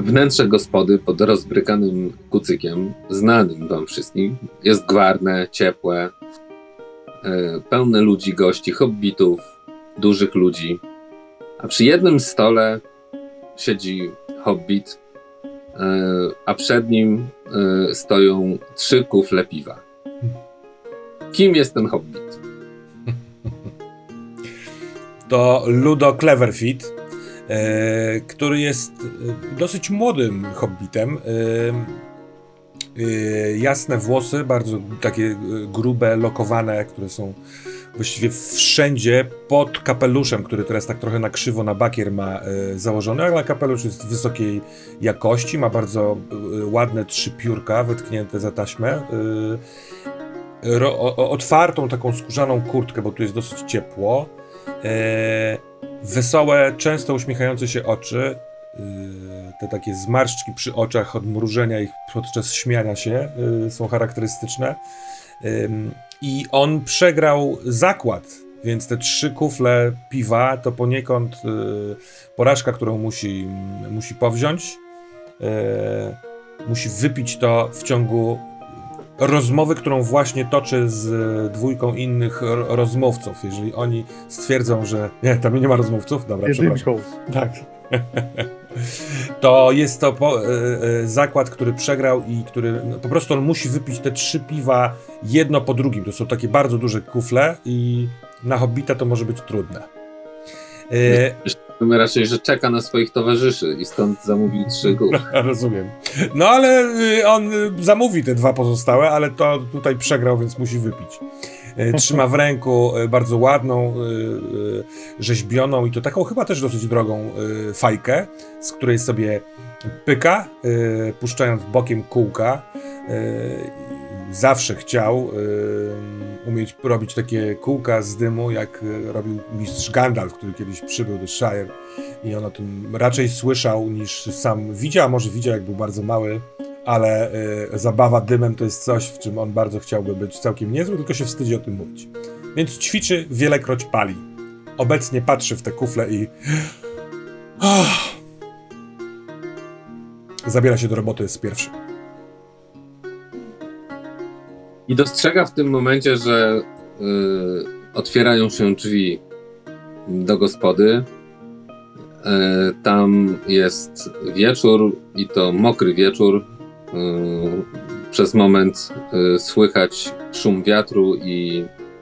Wnętrze gospody pod rozbrykanym kucykiem, znanym wam wszystkim, jest gwarne, ciepłe, pełne ludzi, gości, hobbitów, dużych ludzi. A przy jednym stole siedzi hobbit, a przed nim stoją 3 kufle piwa. Kim jest ten hobbit? To Ludo Cleverfeet, który jest dosyć młodym hobbitem. Jasne włosy, bardzo takie grube, lokowane, które są właściwie wszędzie pod kapeluszem, który teraz tak trochę na krzywo, na bakier ma założony, ale kapelusz jest wysokiej jakości, ma bardzo ładne 3 piórka wytknięte za taśmę. Otwartą taką skórzaną kurtkę, bo tu jest dosyć ciepło. Wesołe, często uśmiechające się oczy, te takie zmarszczki przy oczach od mrużenia ich podczas śmiania się są charakterystyczne. I on przegrał zakład, więc te 3 kufle piwa to poniekąd porażka, którą musi powziąć. Musi wypić to w ciągu rozmowy, którą właśnie toczy z 2 innych rozmówców. Jeżeli oni stwierdzą, że nie, tam nie ma rozmówców, dobra, przepraszam. Tak. To jest to zakład, który przegrał i który po prostu on musi wypić te 3 piwa jedno po drugim. To są takie bardzo duże kufle i na hobbita to może być trudne. Myślimy raczej, że czeka na swoich towarzyszy i stąd zamówił 3 kufle. Rozumiem. No ale on zamówi te 2 pozostałe, ale to tutaj przegrał, więc musi wypić. Trzyma w ręku bardzo ładną, rzeźbioną i to taką chyba też dosyć drogą fajkę, z której sobie pyka, puszczając bokiem kółka. Zawsze chciał umieć robić takie kółka z dymu, jak robił mistrz Gandalf, który kiedyś przybył do Shire i on o tym raczej słyszał niż sam widział, a może widział, jak był bardzo mały. Ale zabawa dymem to jest coś, w czym on bardzo chciałby być całkiem niezły, tylko się wstydzi o tym mówić. Więc ćwiczy, wielekroć pali. Obecnie patrzy w te kufle i zabiera się do roboty z pierwszym. I dostrzega w tym momencie, że otwierają się drzwi do gospody. Tam jest wieczór i to mokry wieczór. Przez moment słychać szum wiatru i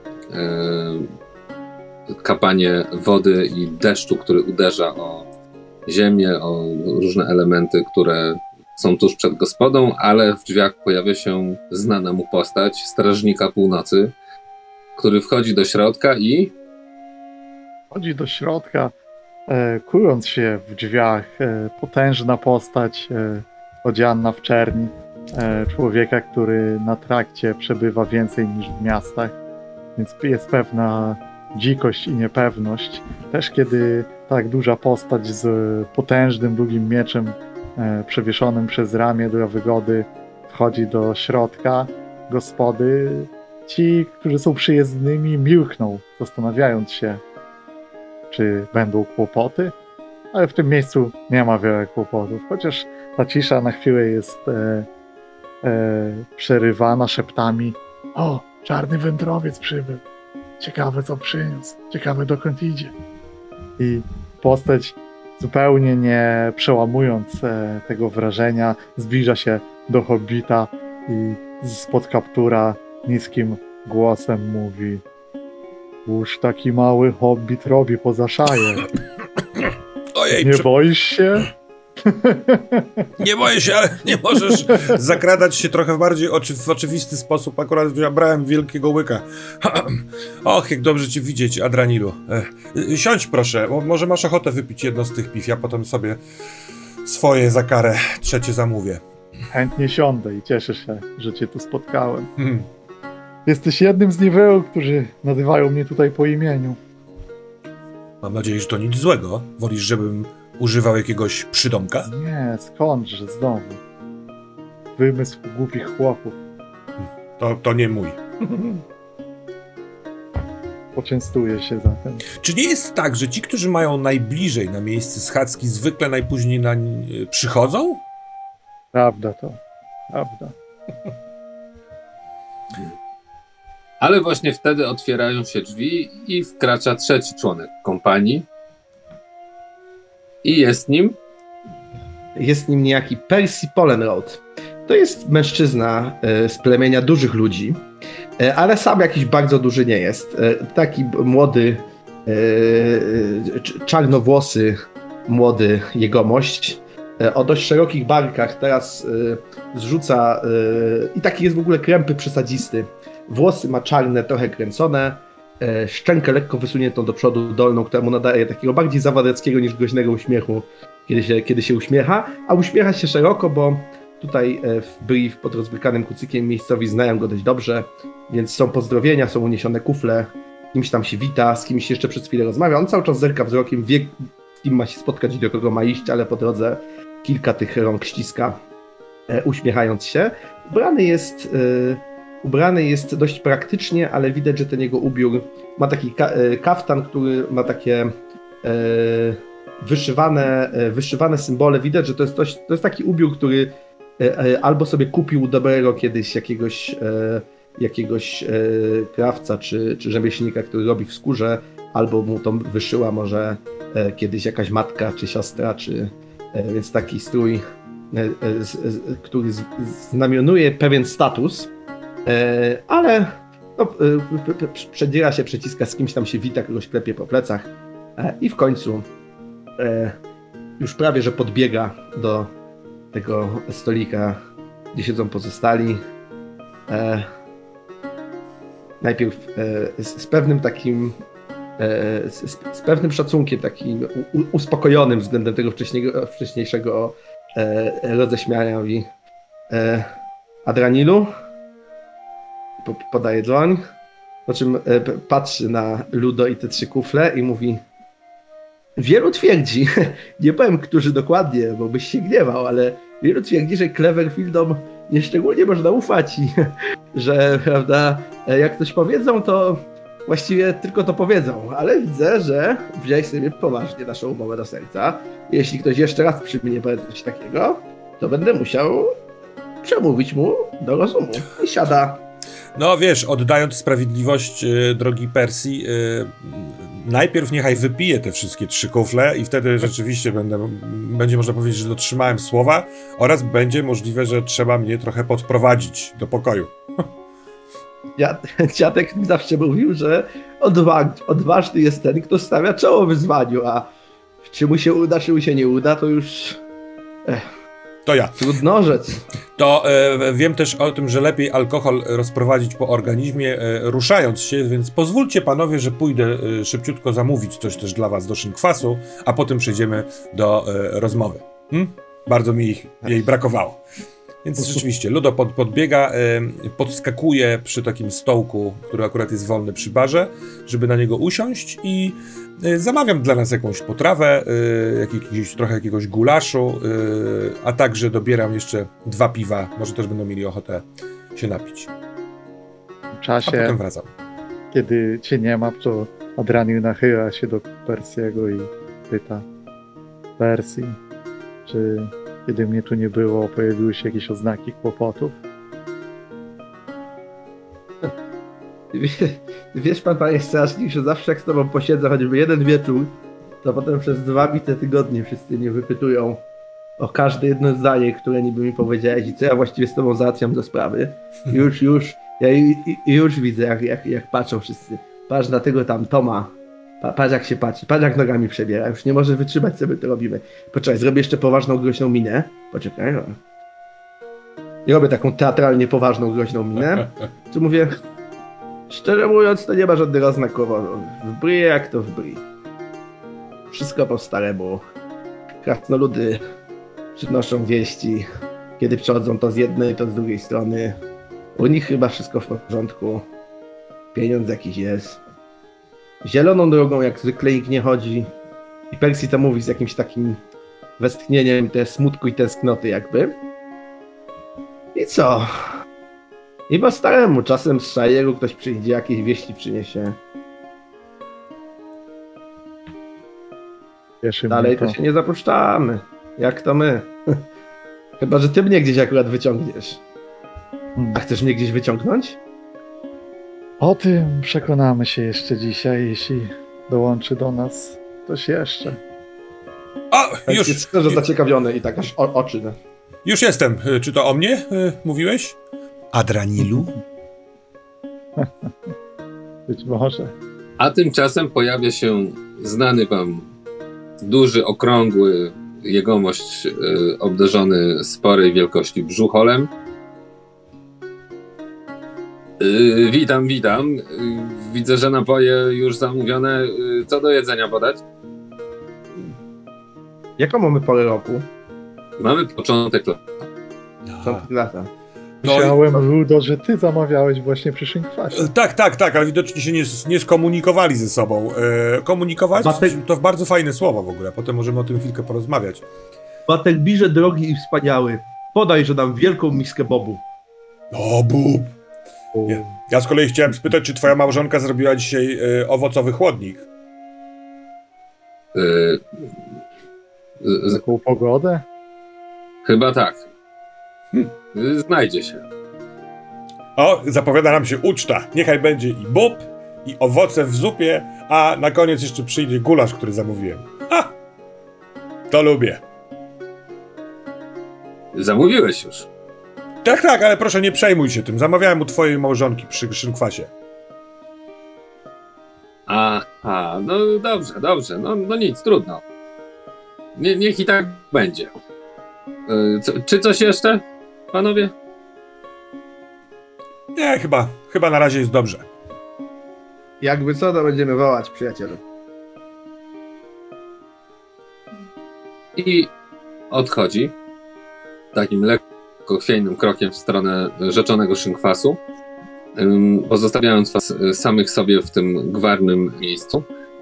kapanie wody i deszczu, który uderza o ziemię, o różne elementy, które są tuż przed gospodą, ale w drzwiach pojawia się znana mu postać, strażnika północy, który wchodzi do środka i... Wchodzi do środka, kując się w drzwiach, potężna postać, odziana w czerni, człowieka, który na trakcie przebywa więcej niż w miastach, więc jest pewna dzikość i niepewność. Też kiedy tak duża postać z potężnym, długim mieczem przewieszonym przez ramię dla wygody wchodzi do środka gospody, ci, którzy są przyjezdnymi, milkną, zastanawiając się, czy będą kłopoty, ale w tym miejscu nie ma wiele kłopotów, chociaż ta cisza na chwilę jest przerywana szeptami. O, czarny wędrowiec przybył. Ciekawe, co przyniósł. Ciekawe, dokąd idzie. I postać, zupełnie nie przełamując tego wrażenia, zbliża się do hobbita i spod kaptura niskim głosem mówi: już taki mały hobbit robi poza szajem. Ojej, nie boisz się? Nie boję się, ale nie możesz zakradać się trochę bardziej w oczywisty sposób. Akurat ja brałem wielkiego łyka. Och, jak dobrze cię widzieć, Adranilu. Siądź proszę, może masz ochotę wypić jedno z tych piw, ja potem sobie swoje za karę trzecie zamówię. Chętnie siądę i cieszę się, że cię tu spotkałem. Jesteś jednym z niewielu, którzy nazywają mnie tutaj po imieniu. Mam nadzieję, że to nic złego. Wolisz, żebym używał jakiegoś przydomka? Nie, skądże znowu. Wymysł głupich chłopów. To nie mój. poczęstuje się zatem. Czy nie jest tak, że ci, którzy mają najbliżej na miejsce schadzki, zwykle najpóźniej przychodzą? Prawda to, prawda. Ale właśnie wtedy otwierają się drzwi i wkracza trzeci członek kompanii. I jest nim... Jest nim niejaki Percy Pollenroth. To jest mężczyzna z plemienia dużych ludzi, ale sam jakiś bardzo duży nie jest. Taki młody, czarnowłosy, młody jegomość o dość szerokich barkach. Teraz zrzuca i taki jest w ogóle krępy przesadzisty. Włosy ma czarne, trochę kręcone, szczękę lekko wysuniętą do przodu dolną, która mu nadaje takiego bardziej zawadeckiego niż groźnego uśmiechu, kiedy się uśmiecha, a uśmiecha się szeroko, bo tutaj w Brief pod rozbrykanym kucykiem miejscowi znają go dość dobrze, więc są pozdrowienia, są uniesione kufle, kimś tam się wita, z kimś jeszcze przez chwilę rozmawia. On cały czas zerka wzrokiem, wie, z kim ma się spotkać i do kogo ma iść, ale po drodze kilka tych rąk ściska, uśmiechając się. Ubrany jest dość praktycznie, ale widać, że ten jego ubiór ma taki kaftan, który ma takie wyszywane symbole. Widać, że to jest taki ubiór, który albo sobie kupił dobrego kiedyś jakiegoś krawca czy rzemieślnika, który robi w skórze, albo mu to wyszyła może kiedyś jakaś matka czy siostra, więc taki strój, który znamionuje pewien status, ale no, przedziera się, przeciska, z kimś tam się wita, kogoś klepie po plecach i w końcu już prawie, że podbiega do tego stolika, gdzie siedzą pozostali. Najpierw z pewnym takim z pewnym szacunkiem, takim uspokojonym względem tego wcześniejszego roześmiania i Adranilu podaje dłoń, po czym patrzy na Ludo i te 3 kufle i mówi: wielu twierdzi, nie powiem, którzy dokładnie, bo byś się gniewał, ale wielu twierdzi, że Cleverfieldom nieszczególnie można ufać i że, prawda, jak coś powiedzą, to właściwie tylko to powiedzą, ale widzę, że wziąłeś sobie poważnie naszą umowę do serca. Jeśli ktoś jeszcze raz przy mnie powie coś takiego, to będę musiał przemówić mu do rozumu. I siada. No wiesz, oddając sprawiedliwość drogi Persji, najpierw niechaj wypije te wszystkie 3 kufle i wtedy rzeczywiście będzie można powiedzieć, że dotrzymałem słowa oraz będzie możliwe, że trzeba mnie trochę podprowadzić do pokoju. Dziadek mi zawsze mówił, że odważny jest ten, kto stawia czoło wyzwaniu, a czy mu się uda, czy mu się nie uda, to już... To ja. Trudno rzec. To wiem też o tym, że lepiej alkohol rozprowadzić po organizmie ruszając się, więc pozwólcie panowie, że pójdę szybciutko zamówić coś też dla was do szynkwasu, a potem przejdziemy do rozmowy. Bardzo mi jej brakowało. Więc rzeczywiście, Ludo podbiega, podskakuje przy takim stołku, który akurat jest wolny przy barze, żeby na niego usiąść i zamawiam dla nas jakąś potrawę, trochę jakiegoś gulaszu, a także dobieram jeszcze 2 piwa, może też będą mieli ochotę się napić. W czasie, a potem wracam. Kiedy cię nie ma, to Adranil nachyla się do Persiego i pyta: Persji, czy kiedy mnie tu nie było, pojawiły się jakieś oznaki kłopotów? Wiesz pan, panie strażnik, że zawsze jak z tobą posiedzę choćby jeden wieczór, to potem przez 2 bite tygodnie wszyscy mnie wypytują o każde jedno zdanie, które niby mi powiedziałeś i co ja właściwie z tobą załatwiam do sprawy. Ja już widzę, jak patrzą wszyscy. Patrz na tego tam Toma. Patrz jak się patrzy, patrz jak nogami przebiera. Już nie może wytrzymać, co my to robimy. Poczekaj, zrobię jeszcze poważną, groźną minę. Poczekaj, no. I robię taką teatralnie poważną, groźną minę. Tu mówię: szczerze mówiąc, to nie ma żadnego znaku. W Brii jak to w Brii. Wszystko po staremu. Krasnoludy przynoszą wieści. Kiedy przychodzą to z jednej, to z drugiej strony. U nich chyba wszystko w porządku. Pieniądz jakiś jest. Zieloną drogą jak zwykle nikt nie chodzi. I Percy to mówi z jakimś takim westchnieniem smutku i tęsknoty jakby. I co? I po staremu czasem z Shire'u ktoś przyjdzie, jakieś wieści przyniesie. Cieszy Dalej mnie to się nie zapuszczamy. Jak to my? Chyba, że ty mnie gdzieś akurat wyciągniesz. A chcesz mnie gdzieś wyciągnąć? O tym przekonamy się jeszcze dzisiaj, jeśli dołączy do nas ktoś jeszcze. O, Już. Jest szczerze zaciekawiony i tak aż oczy. Już jestem. Czy to o mnie mówiłeś? Adranilu? Być może. A tymczasem pojawia się znany wam duży, okrągły jegomość obdarzony sporej wielkości brzucholem. Witam. Widzę, że napoje już zamówione. Co do jedzenia podać? Jaką mamy porę roku? Mamy początek lata. Początek lata. Myślałem, Rudo, że ty zamawiałeś właśnie przy szynkwasie. Tak, ale widocznie się nie skomunikowali ze sobą. Komunikować to bardzo fajne słowo w ogóle. Potem możemy o tym chwilkę porozmawiać. Baterbirze drogi i wspaniały, podajże nam wielką miskę bobu. O, bób! Ja z kolei chciałem spytać, czy twoja małżonka zrobiła dzisiaj owocowy chłodnik? Taką pogodę? Chyba tak. Znajdzie się. O, zapowiada nam się uczta. Niechaj będzie i bób, i owoce w zupie, a na koniec jeszcze przyjdzie gulasz, który zamówiłem. Ha! To lubię. Zamówiłeś już. Tak, ale proszę nie przejmuj się tym. Zamawiałem u twojej małżonki przy szynkwasie. Aha, no dobrze. No nic, trudno. Niech i tak będzie. Czy coś jeszcze, panowie? Nie, chyba na razie jest dobrze. Jakby co, to będziemy wołać, przyjacielu. I odchodzi takim lekko chwiejnym krokiem w stronę rzeczonego szynkwasu, pozostawiając was samych sobie w tym gwarnym miejscu.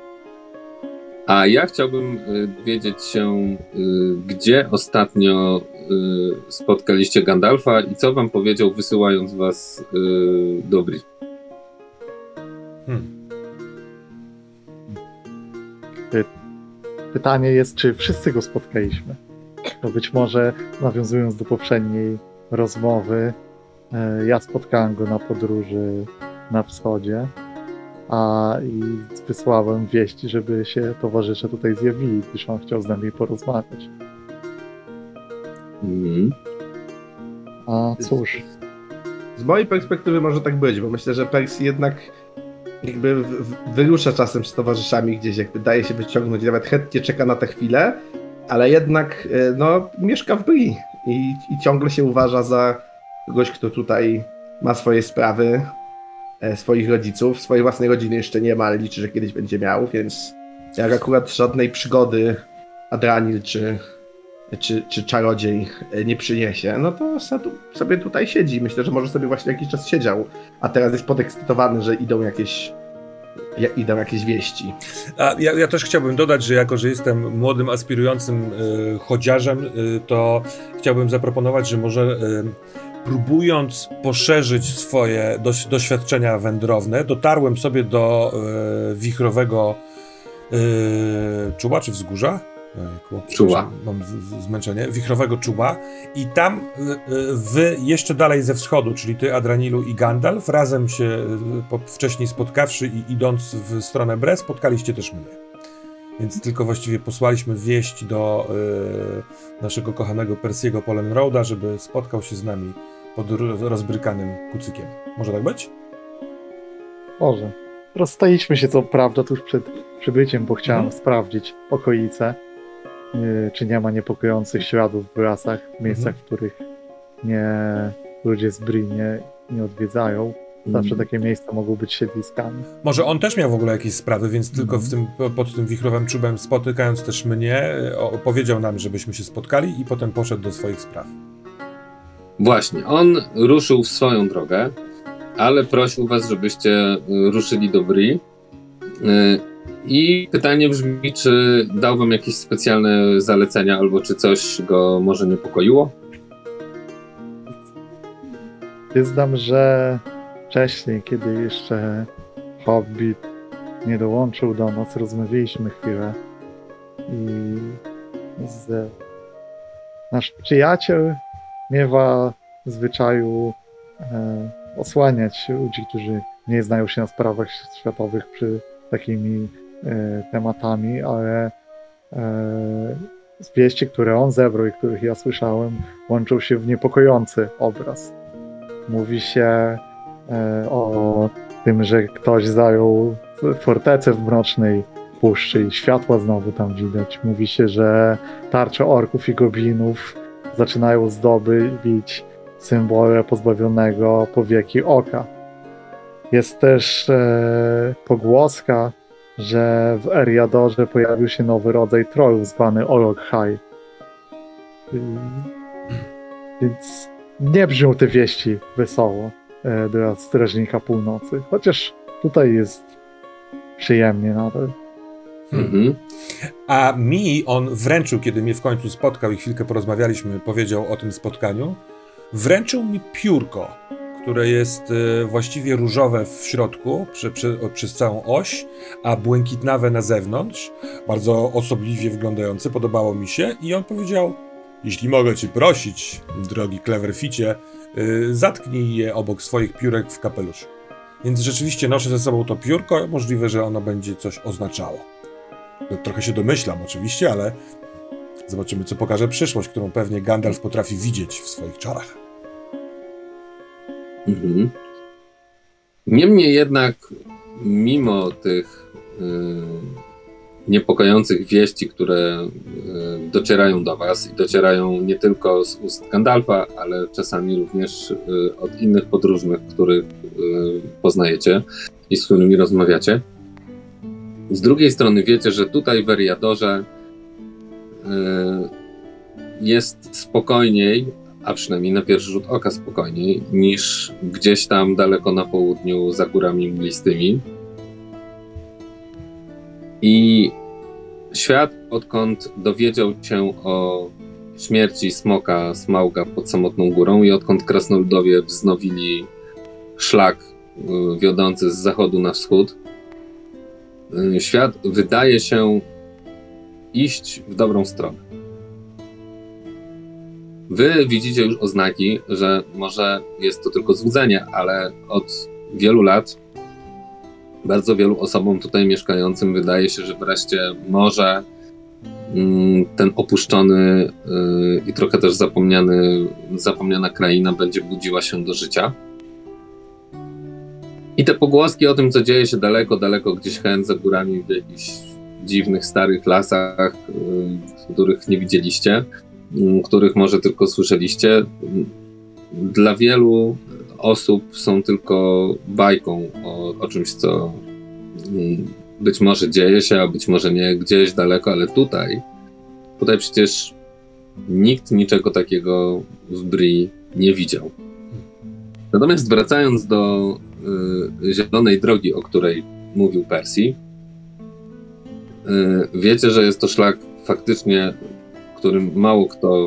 A ja chciałbym dowiedzieć się, gdzie ostatnio spotkaliście Gandalfa i co wam powiedział, wysyłając was do Bree. Pytanie jest, czy wszyscy go spotkaliśmy. To być może, nawiązując do poprzedniej rozmowy, ja spotkałem go na podróży na wschodzie, i wysłałem wieści, żeby się towarzysze tutaj zjawili, gdyż on chciał z nami porozmawiać. A cóż. Z mojej perspektywy może tak być, bo myślę, że Percy jednak jakby wyrusza czasem z towarzyszami gdzieś, jakby daje się wyciągnąć, nawet chętnie czeka na tę chwilę, ale jednak mieszka w Bree i ciągle się uważa za kogoś, kto tutaj ma swoje sprawy, swoich rodziców, swojej własnej rodziny jeszcze nie ma, ale liczy, że kiedyś będzie miał, więc jak akurat żadnej przygody Adranil czy czarodziej nie przyniesie, no to sobie tutaj siedzi. Myślę, że może sobie właśnie jakiś czas siedział, a teraz jest podekscytowany, że idą jakieś wieści. Ja też chciałbym dodać, że jako, że jestem młodym, aspirującym chodziarzem, to chciałbym zaproponować, że może próbując poszerzyć swoje doświadczenia wędrowne, dotarłem sobie do wichrowego czuba czy wzgórza? Czuba. Mam zmęczenie. Wichrowego czuba. I tam wy jeszcze dalej ze wschodu, czyli ty, Adranilu i Gandalf, razem się wcześniej spotkawszy i idąc w stronę Bree, spotkaliście też mnie. Więc tylko właściwie posłaliśmy wieść do naszego kochanego Percy'ego Pollenroda, żeby spotkał się z nami pod rozbrykanym kucykiem. Może tak być? Może. Rozstaliśmy się co prawda tuż przed przybyciem, bo chciałem sprawdzić okolice, czy nie ma niepokojących śladów w lasach, w miejscach, w których ludzie z Bree nie odwiedzają. Zawsze takie miejsca mogą być siedliskami. Może on też miał w ogóle jakieś sprawy, więc tylko pod tym wichrowym czubem, spotykając też mnie, powiedział nam, żebyśmy się spotkali i potem poszedł do swoich spraw. Właśnie, on ruszył w swoją drogę, ale prosił was, żebyście ruszyli do Bree. I pytanie brzmi, czy dał wam jakieś specjalne zalecenia, albo czy coś go może niepokoiło? Przyznam, że wcześniej, kiedy jeszcze Hobbit nie dołączył do nas, rozmawialiśmy chwilę i nasz przyjaciel miewa w zwyczaju osłaniać ludzi, którzy nie znają się na sprawach światowych przy takimi tematami, ale wieści, które on zebrał i których ja słyszałem, łączą się w niepokojący obraz. Mówi się o tym, że ktoś zajął fortecę w Mrocznej Puszczy i światła znowu tam widać. Mówi się, że tarcze orków i goblinów zaczynają zdobyć symbole pozbawionego powieki oka. Jest też pogłoska, że w Eriadorze pojawił się nowy rodzaj trollów zwany Olog-hai. Więc nie brzmią te wieści wesoło dla Strażnika Północy. Chociaż tutaj jest przyjemnie nadal. A mi on wręczył, kiedy mnie w końcu spotkał i chwilkę porozmawialiśmy, powiedział o tym spotkaniu, wręczył mi piórko, które jest właściwie różowe w środku, przez całą oś, a błękitnawe na zewnątrz, bardzo osobliwie wyglądające, podobało mi się i on powiedział: jeśli mogę cię prosić, drogi Cleverficie, zatknij je obok swoich piórek w kapeluszu. Więc rzeczywiście noszę ze sobą to piórko, możliwe, że ono będzie coś oznaczało. No, trochę się domyślam oczywiście, ale zobaczymy, co pokaże przyszłość, którą pewnie Gandalf potrafi widzieć w swoich czarach. Niemniej jednak, mimo tych niepokojących wieści, które docierają do was i docierają nie tylko z ust Gandalfa, ale czasami również od innych podróżnych, których poznajecie i z którymi rozmawiacie. Z drugiej strony wiecie, że tutaj w Eriadorze jest spokojniej, a przynajmniej na pierwszy rzut oka spokojniej, niż gdzieś tam daleko na południu za górami mglistymi. I świat, odkąd dowiedział się o śmierci smoka Smauga pod samotną górą i odkąd krasnoludowie wznowili szlak wiodący z zachodu na wschód, świat wydaje się iść w dobrą stronę. Wy widzicie już oznaki, że może jest to tylko złudzenie, ale od wielu lat bardzo wielu osobom tutaj mieszkającym wydaje się, że wreszcie może ten opuszczony i trochę też zapomniana kraina będzie budziła się do życia. I te pogłoski o tym, co dzieje się daleko, daleko gdzieś za górami w jakichś dziwnych, starych lasach, których nie widzieliście, których może tylko słyszeliście, dla wielu osób są tylko bajką o czymś, co być może dzieje się, a być może nie gdzieś daleko, ale tutaj przecież nikt niczego takiego w Bree nie widział. Natomiast wracając do Zielonej Drogi, o której mówił Percy, wiecie, że jest to szlak faktycznie, którym mało kto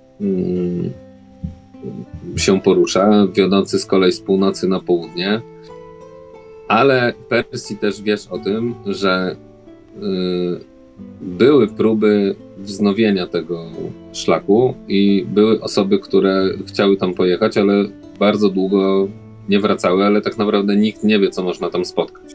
się porusza, wiodący z kolei z północy na południe, ale Percy też wiesz o tym, że były próby wznowienia tego szlaku i były osoby, które chciały tam pojechać, ale bardzo długo nie wracały, ale tak naprawdę nikt nie wie, co można tam spotkać.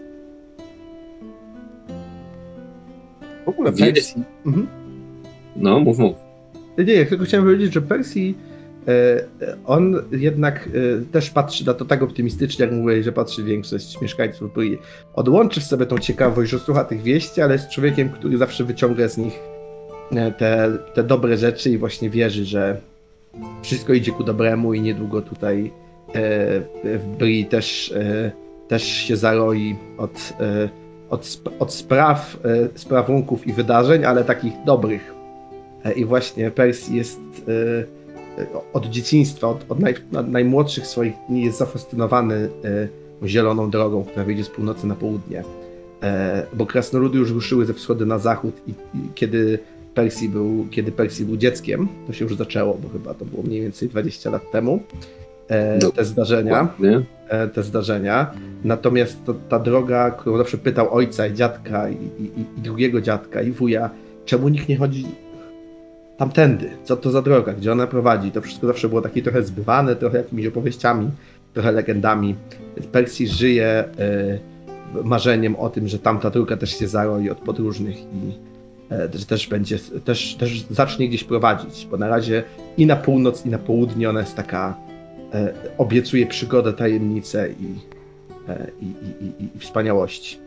W ogóle Percy... No, mów. Nie, ja tylko chciałem powiedzieć, że Percy on jednak też patrzy na to tak optymistycznie, jak mówiłeś, że patrzy większość mieszkańców Bree. Odłączy w sobie tą ciekawość, że słucha tych wieści, ale jest człowiekiem, który zawsze wyciąga z nich te dobre rzeczy i właśnie wierzy, że wszystko idzie ku dobremu i niedługo tutaj w Bree też się zaroi od sprawunków i wydarzeń, ale takich dobrych. I właśnie Percy jest od dzieciństwa, od najmłodszych swoich dni jest zafascynowany Zieloną Drogą, która wyjdzie z północy na południe. Bo krasnoludy już ruszyły ze wschodu na zachód i kiedy Percy był dzieckiem, to się już zaczęło, bo chyba to było mniej więcej 20 lat temu, te zdarzenia. Natomiast ta droga, którą zawsze pytał ojca i dziadka i drugiego dziadka i wuja, czemu nikt nie chodzi tamtędy? Co to za droga? Gdzie ona prowadzi? To wszystko zawsze było takie trochę zbywane, trochę jakimiś opowieściami, trochę legendami. W Persji żyje marzeniem o tym, że tamta droga też się zaroi od podróżnych i że też zacznie gdzieś prowadzić, bo na razie i na północ, i na południe ona jest taka, obiecuje przygodę, tajemnicę i wspaniałości.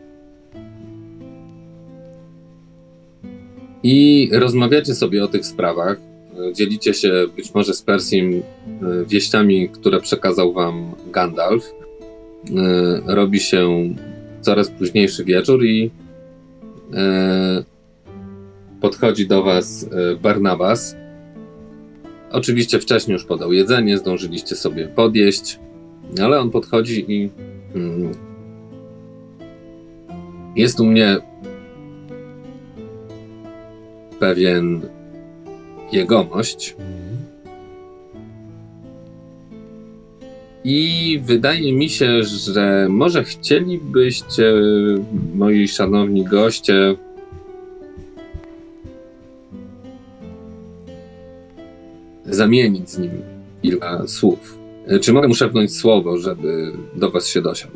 I rozmawiacie sobie o tych sprawach. Dzielicie się być może z Persim wieściami, które przekazał wam Gandalf. Robi się coraz późniejszy wieczór i podchodzi do was Barnabas. Oczywiście wcześniej już podał jedzenie, zdążyliście sobie podjeść, ale on podchodzi i jest u mnie pewien jegomość i wydaje mi się, że może chcielibyście, moi szanowni goście, zamienić z nim kilka słów. Czy mogę mu szepnąć słowo, żeby do was się dosiadł?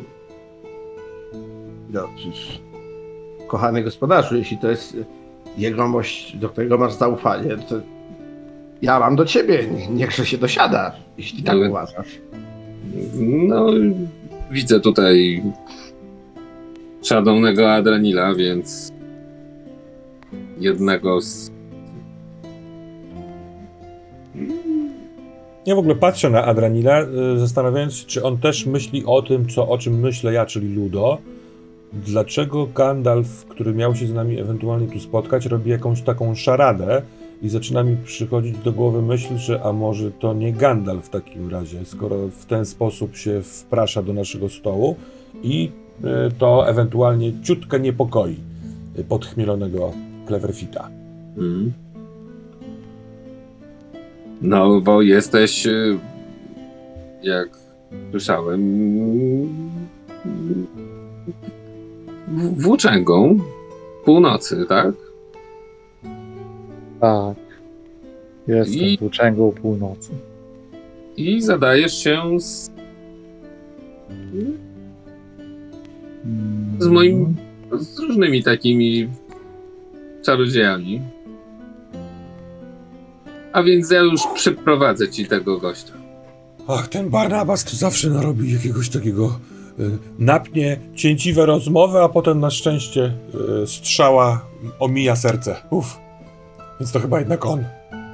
No, kochany gospodarzu, jeśli to jest jegomość, do którego masz zaufanie, to ja mam do ciebie, niechże się dosiada, jeśli tak uważasz. No, widzę tutaj szanownego Adranila, więc jednego z... Ja w ogóle patrzę na Adranila, zastanawiając się, czy on też myśli o tym, o czym myślę ja, czyli Ludo. Dlaczego Gandalf, który miał się z nami ewentualnie tu spotkać, robi jakąś taką szaradę i zaczyna mi przychodzić do głowy myśl, że a może to nie Gandalf w takim razie, skoro w ten sposób się wprasza do naszego stołu i to ewentualnie ciutkę niepokoi podchmielonego Cleverfita. No, bo jesteś, jak słyszałem, włóczęgą północy, tak? Tak. Jestem włóczęgą północy. I zadajesz się z różnymi takimi czarodziejami. A więc ja już przyprowadzę ci tego gościa. Ach, ten Barnabas to zawsze narobi jakiegoś takiego... napnie cięciwe rozmowy, a potem na szczęście strzała omija serce. Więc to chyba jednak on.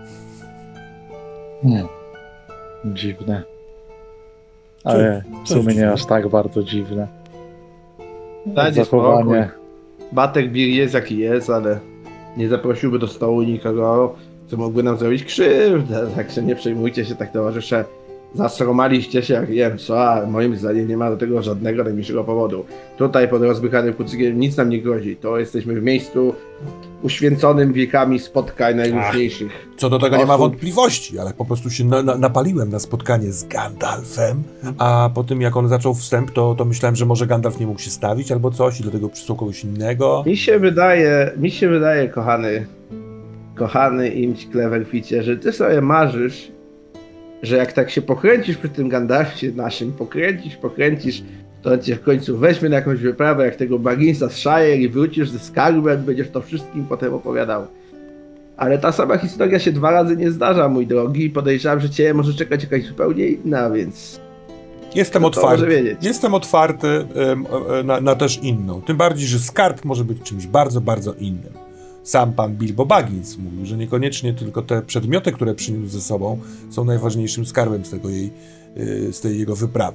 Dziwne. Ale w sumie nie aż tak bardzo dziwne. Zachowanie. Batek Bir jest jaki jest, ale nie zaprosiłby do stołu nikogo, co mógłby nam zrobić krzywdę. Także nie przejmujcie się, tak towarzysze. Zasromaliście się, jak wiem co, a moim zdaniem nie ma do tego żadnego najmniejszego powodu. Tutaj pod rozbychanym kucykiem nic nam nie grozi. To jesteśmy w miejscu uświęconym wiekami spotkań najróżniejszych. Co do tego nie ma wątpliwości, ale po prostu się napaliłem na spotkanie z Gandalfem, a po tym jak on zaczął wstęp, to myślałem, że może Gandalf nie mógł się stawić albo coś i dlatego przysłał kogoś innego. Mi się wydaje, kochany Imć Cleverficie, że ty sobie marzysz, że jak tak się pokręcisz przy tym Gandalfie naszym, pokręcisz, to on cię w końcu weźmie na jakąś wyprawę jak tego Bagginsa z Shire i wrócisz ze skarbem, będziesz to wszystkim potem opowiadał. Ale ta sama historia się 2 razy nie zdarza, mój drogi, i podejrzewam, że cię może czekać jakaś zupełnie inna, więc... Jestem otwarty na też inną. Tym bardziej, że skarb może być czymś bardzo, bardzo innym. Sam pan Bilbo Baggins mówił, że niekoniecznie tylko te przedmioty, które przyniósł ze sobą, są najważniejszym skarbem z tej jego wyprawy.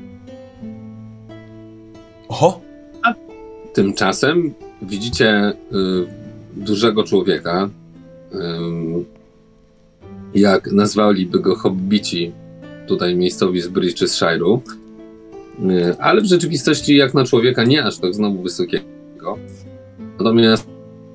Oho! A tymczasem widzicie dużego człowieka, jak nazwaliby go hobbici tutaj miejscowi z Britishshire'u, ale w rzeczywistości jak na człowieka nie aż tak znowu wysokiego, natomiast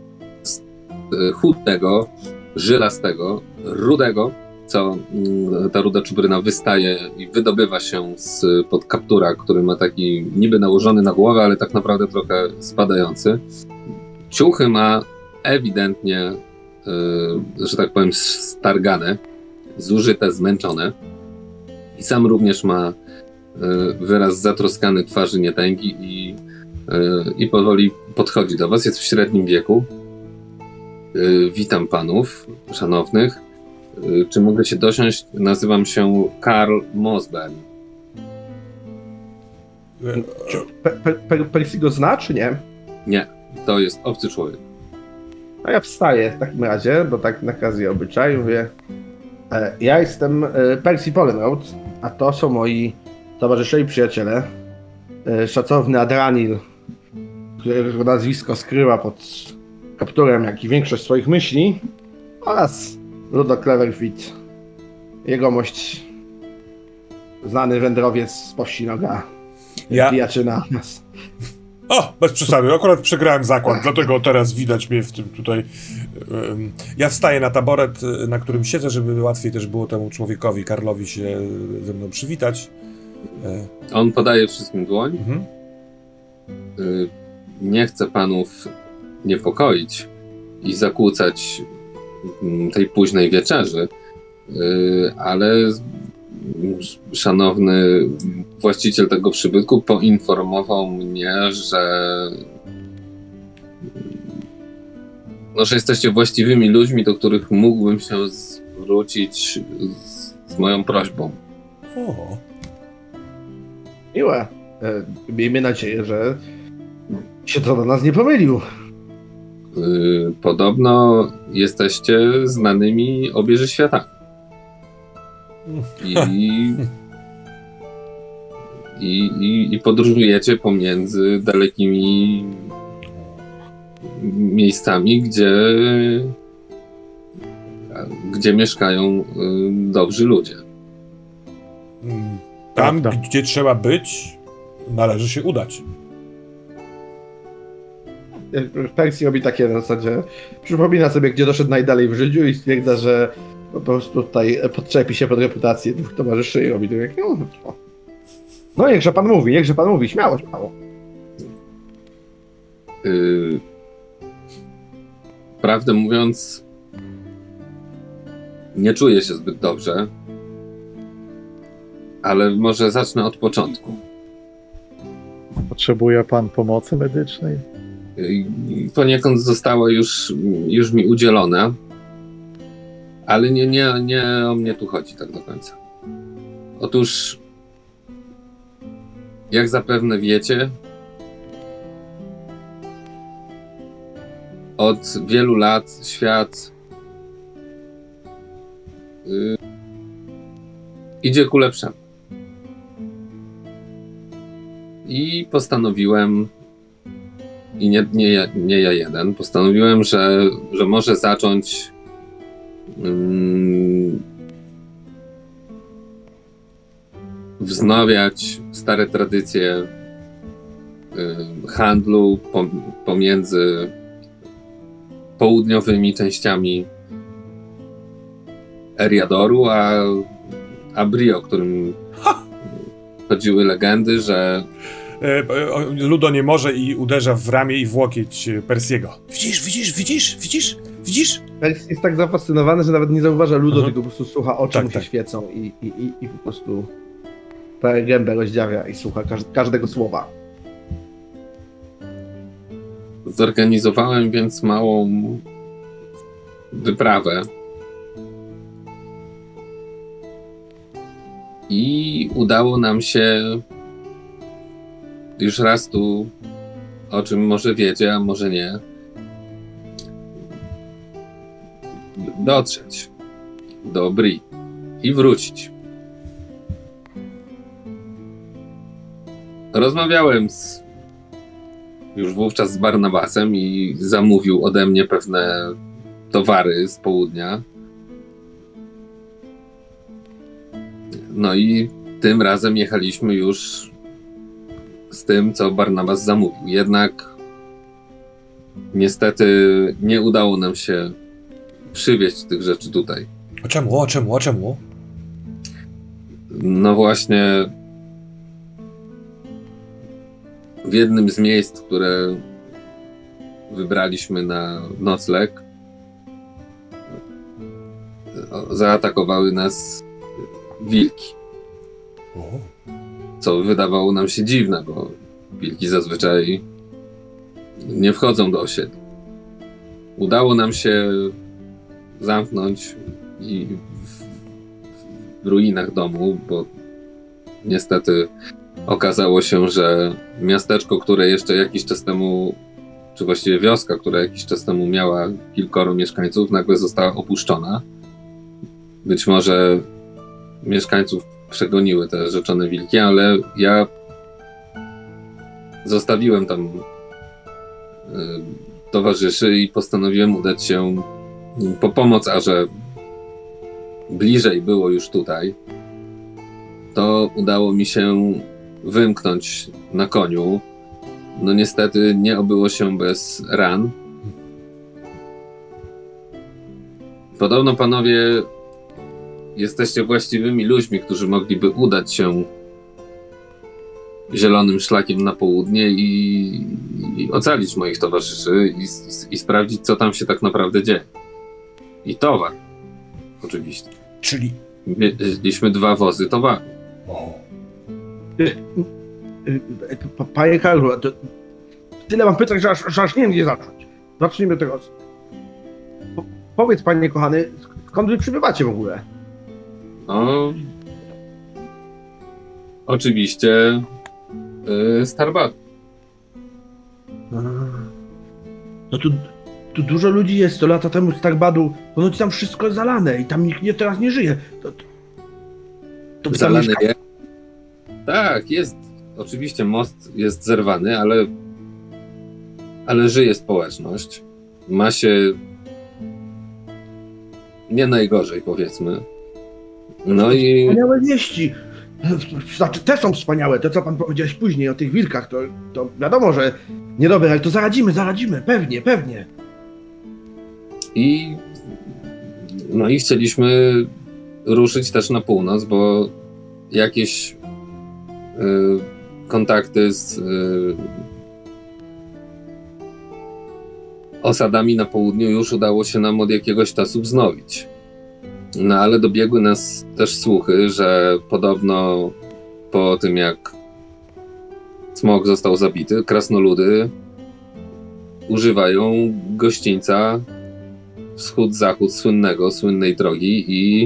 chudego, żylastego, rudego, co ta ruda czupryna wystaje i wydobywa się spod kaptura, który ma taki niby nałożony na głowę, ale tak naprawdę trochę spadający. Ciuchy ma ewidentnie, że tak powiem, stargane, zużyte, zmęczone. I sam również ma wyraz zatroskany twarzy, nietęgi i powoli podchodzi do was. Jest w średnim wieku. Witam panów szanownych. Czy mogę się dosiąść? Nazywam się Karl Mosberg. Percy go zna, czy nie? Nie, to jest obcy człowiek. No ja wstaję w takim razie, bo tak nakazuje obyczaju, mówię. Ja jestem Percy Pollenroth, a to są moi towarzysze i przyjaciele. Szacowny Adranil, którego nazwisko skrywa pod kapturem, jak i większość swoich myśli, oraz Ludo Cleverfeet, jegomość znany wędrowiec z Powsinoga, pijaczyna. O, bez przesady, akurat przegrałem zakład, dlatego teraz widać mnie w tym tutaj. Ja wstaję na taboret, na którym siedzę, żeby łatwiej też było temu człowiekowi, Karlowi, się ze mną przywitać. On podaje wszystkim dłoń. Mhm. Nie chcę panów niepokoić i zakłócać tej późnej wieczerzy, ale szanowny właściciel tego przybytku poinformował mnie, że jesteście właściwymi ludźmi, do których mógłbym się zwrócić z moją prośbą. O. Miłe. Miejmy nadzieję, że się to do nas nie pomylił. Podobno jesteście znanymi obieży światami. I podróżujecie pomiędzy dalekimi miejscami, gdzie mieszkają dobrzy ludzie. Tam, gdzie trzeba być, należy się udać. Percy robi takie na zasadzie, przypomina sobie, gdzie doszedł najdalej w życiu i stwierdza, że po prostu tutaj podczepi się pod reputację dwóch towarzyszy i robi to jak no niechże pan mówi, śmiało. Prawdę mówiąc, nie czuję się zbyt dobrze, ale może zacznę od początku. Potrzebuje pan pomocy medycznej? Poniekąd została już mi udzielona, ale nie o mnie tu chodzi tak do końca. Otóż, jak zapewne wiecie, od wielu lat świat idzie ku lepszemu. I postanowiłem, i nie ja jeden, postanowiłem, że może zacząć wznawiać stare tradycje handlu pomiędzy południowymi częściami Eriadoru a Brio, o którym chodziły legendy, że Ludo nie może i uderza w ramię i w łokieć Persiego. Widzisz? Percy jest tak zafascynowany, że nawet nie zauważa Ludo, tylko po prostu słucha, oczy mu się tak. świecą i po prostu prawie gębę rozdziawia i słucha każdego słowa. zorganizowałem więc małą wyprawę i udało nam się już raz tu, o czym może wiecie, a może nie, dotrzeć do Bri i wrócić. Rozmawiałem już wówczas z Barnabasem i zamówił ode mnie pewne towary z południa. No i tym razem jechaliśmy już z tym, co Barnabas zamówił. Jednak niestety nie udało nam się przywieźć tych rzeczy tutaj. A czemu? No właśnie w jednym z miejsc, które wybraliśmy na nocleg, zaatakowały nas wilki. Co wydawało nam się dziwne, bo wilki zazwyczaj nie wchodzą do osiedli. Udało nam się zamknąć i w ruinach domu, bo niestety okazało się, że miasteczko, które jeszcze jakiś czas temu, czy właściwie wioska, która jakiś czas temu miała kilkoro mieszkańców, nagle została opuszczona. Być może mieszkańców przegoniły te rzeczone wilki, ale ja zostawiłem tam towarzyszy i postanowiłem udać się po pomoc, a że bliżej było już tutaj, to udało mi się wymknąć na koniu. No niestety nie obyło się bez ran. Podobno panowie jesteście właściwymi ludźmi, którzy mogliby udać się zielonym szlakiem na południe i ocalić moich towarzyszy i sprawdzić, co tam się tak naprawdę dzieje. I towar, oczywiście. Czyli... Wieźliśmy 2 wozy towaru. Panie Karlu, to tyle mam pytań, że aż nie wiem, gdzie zacząć. Zacznijmy tego. Powiedz, panie kochany, skąd wy przybywacie w ogóle? No... Oczywiście... Starbatu. No tu dużo ludzi jest, to lata temu z Starbadu, ponoć tam wszystko jest zalane i tam nikt teraz nie żyje. To Zalane jest? Tak, jest. Oczywiście most jest zerwany, ale żyje społeczność. Ma się nie najgorzej, powiedzmy. No i... Wspaniałe wieści. Znaczy, te są wspaniałe, to co pan powiedziałeś później o tych wilkach, to wiadomo, że niedobre, ale to zaradzimy, pewnie. No i chcieliśmy ruszyć też na północ, bo jakieś kontakty z osadami na południu już udało się nam od jakiegoś czasu wznowić. No ale dobiegły nas też słuchy, że podobno po tym jak Smok został zabity, krasnoludy używają gościńca wschód-zachód słynnej drogi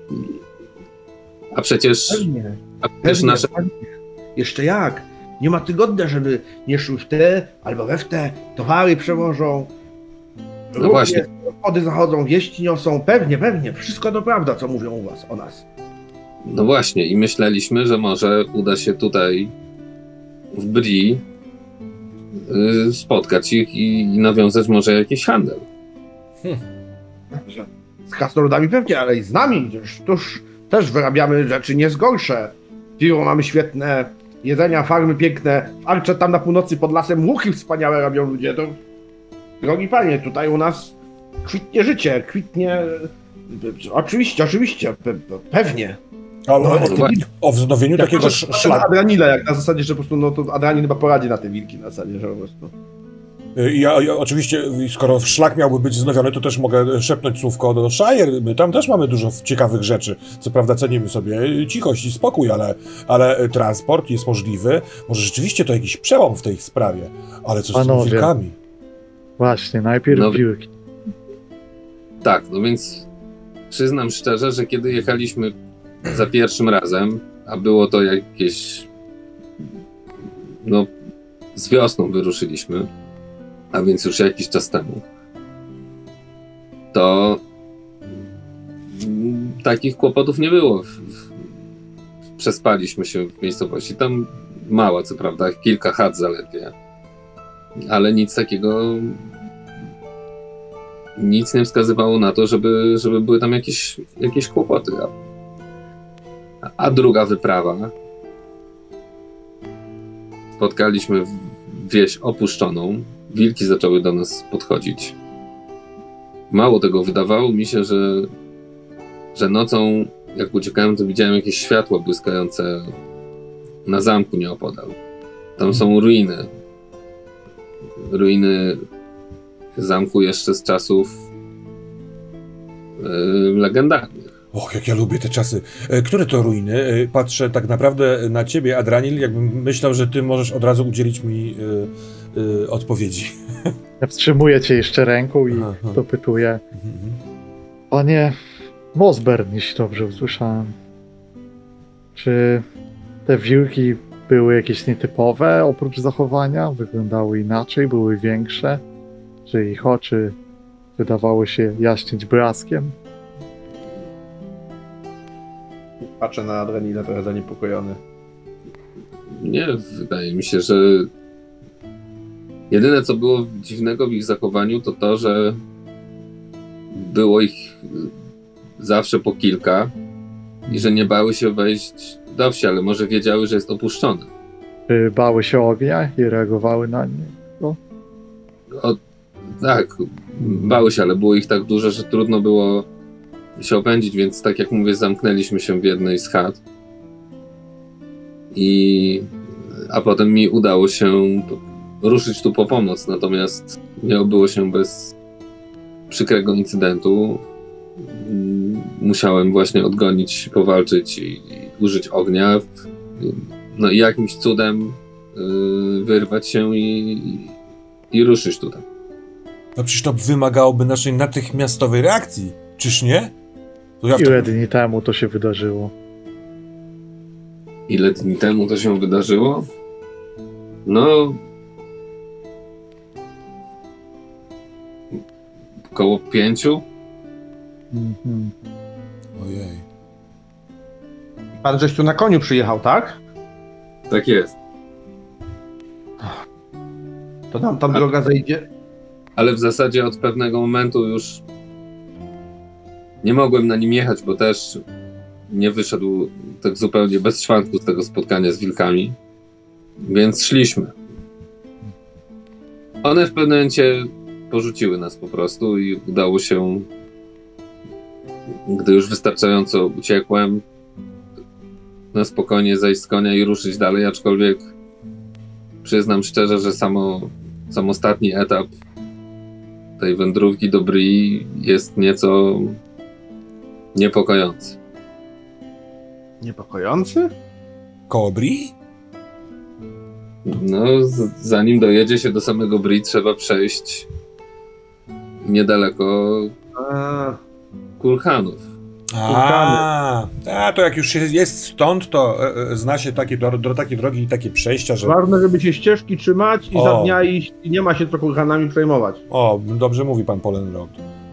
a przecież nasze... Jeszcze jak? Nie ma tygodnia, żeby nie szły w te albo we w te, towary przewożą. No właśnie. Wody zachodzą, wieści niosą, pewnie, wszystko to prawda, co mówią u was, o nas. No właśnie i myśleliśmy, że może uda się tutaj w Bri spotkać ich i nawiązać może jakiś handel. Z krasnoludami pewnie, ale i z nami, tuż też wyrabiamy rzeczy nie gorsze. Piwo mamy świetne, jedzenia, farmy piękne, w Arcze tam na północy pod lasem łuki wspaniałe robią ludzie, to drogi panie, tutaj u nas kwitnie życie, oczywiście, pewnie. O wznowieniu takiego szlaku. Adranila, jak na zasadzie, że po prostu, no to Adranin chyba poradzi na te wilki na zasadzie, że po prostu. Ja oczywiście, skoro szlak miałby być wznowiony, to też mogę szepnąć słówko do Shire. My tam też mamy dużo ciekawych rzeczy. Co prawda cenimy sobie cichość i spokój, ale transport jest możliwy. Może rzeczywiście to jakiś przełom w tej sprawie. Ale co z tymi wilkami? Właśnie, najpierw wilki. Tak, no więc przyznam szczerze, że kiedy jechaliśmy za pierwszym razem, a było to jakieś... No, z wiosną wyruszyliśmy, a więc już jakiś czas temu, to takich kłopotów nie było. Przespaliśmy się w miejscowości. Tam mała, co prawda, kilka chat zaledwie, ale nic takiego, nic nie wskazywało na to, żeby były tam jakieś kłopoty. A druga wyprawa, spotkaliśmy wieś opuszczoną, wilki zaczęły do nas podchodzić. Mało tego, wydawało mi się, że nocą, jak uciekałem, to widziałem jakieś światła błyskające na zamku nieopodal. Tam są ruiny zamku jeszcze z czasów legendarnych. Och, jak ja lubię te czasy. Które to ruiny? Patrzę tak naprawdę na ciebie, Adranil, jakbym myślał, że ty możesz od razu udzielić mi odpowiedzi. Ja wstrzymuję cię jeszcze ręką i dopytuję. Panie Mosbern, jeśli dobrze usłyszałem, czy te wilki były jakieś nietypowe oprócz zachowania? Wyglądały inaczej, były większe? Czy ich oczy wydawały się jaśnieć blaskiem? Patrzę na Adrenila trochę zaniepokojony. Nie, wydaje mi się, że jedyne co było dziwnego w ich zachowaniu to to, że było ich zawsze po kilka i że nie bały się wejść do wsi, ale może wiedziały, że jest opuszczone. Czy bały się ognia i reagowały na nie? Tak, bały się, ale było ich tak dużo, że trudno było się opędzić, więc tak jak mówię, zamknęliśmy się w jednej z chat. A potem mi udało się ruszyć tu po pomoc, natomiast nie obyło się bez przykrego incydentu. Musiałem właśnie odgonić, powalczyć i użyć ognia. No i jakimś cudem wyrwać się i ruszyć tutaj. No przecież to wymagałoby naszej natychmiastowej reakcji, czyż nie? Ile dni temu to się wydarzyło? Ile dni temu to się wydarzyło? No... Około 5. Ojej. Pan żeś tu na koniu przyjechał, tak? Tak jest. To nam tam droga zejdzie. Ale w zasadzie od pewnego momentu już nie mogłem na nim jechać, bo też nie wyszedł tak zupełnie bez szwanku z tego spotkania z wilkami. Więc szliśmy. One w pewnym momencie porzuciły nas po prostu i udało się, gdy już wystarczająco uciekłem, na spokojnie zejść z konia i ruszyć dalej, aczkolwiek przyznam szczerze, że sam ostatni etap tej wędrówki do Brii jest nieco niepokojący. Niepokojący? Koło Brii? No, zanim dojedzie się do samego Brii, trzeba przejść niedaleko Kulhanów. To jak już jest stąd, to zna się takie drogi i takie przejścia, że... Ważne, żeby się ścieżki trzymać i za dnia iść i nie ma się co Kulhanami przejmować. O, dobrze mówi pan Polenrod.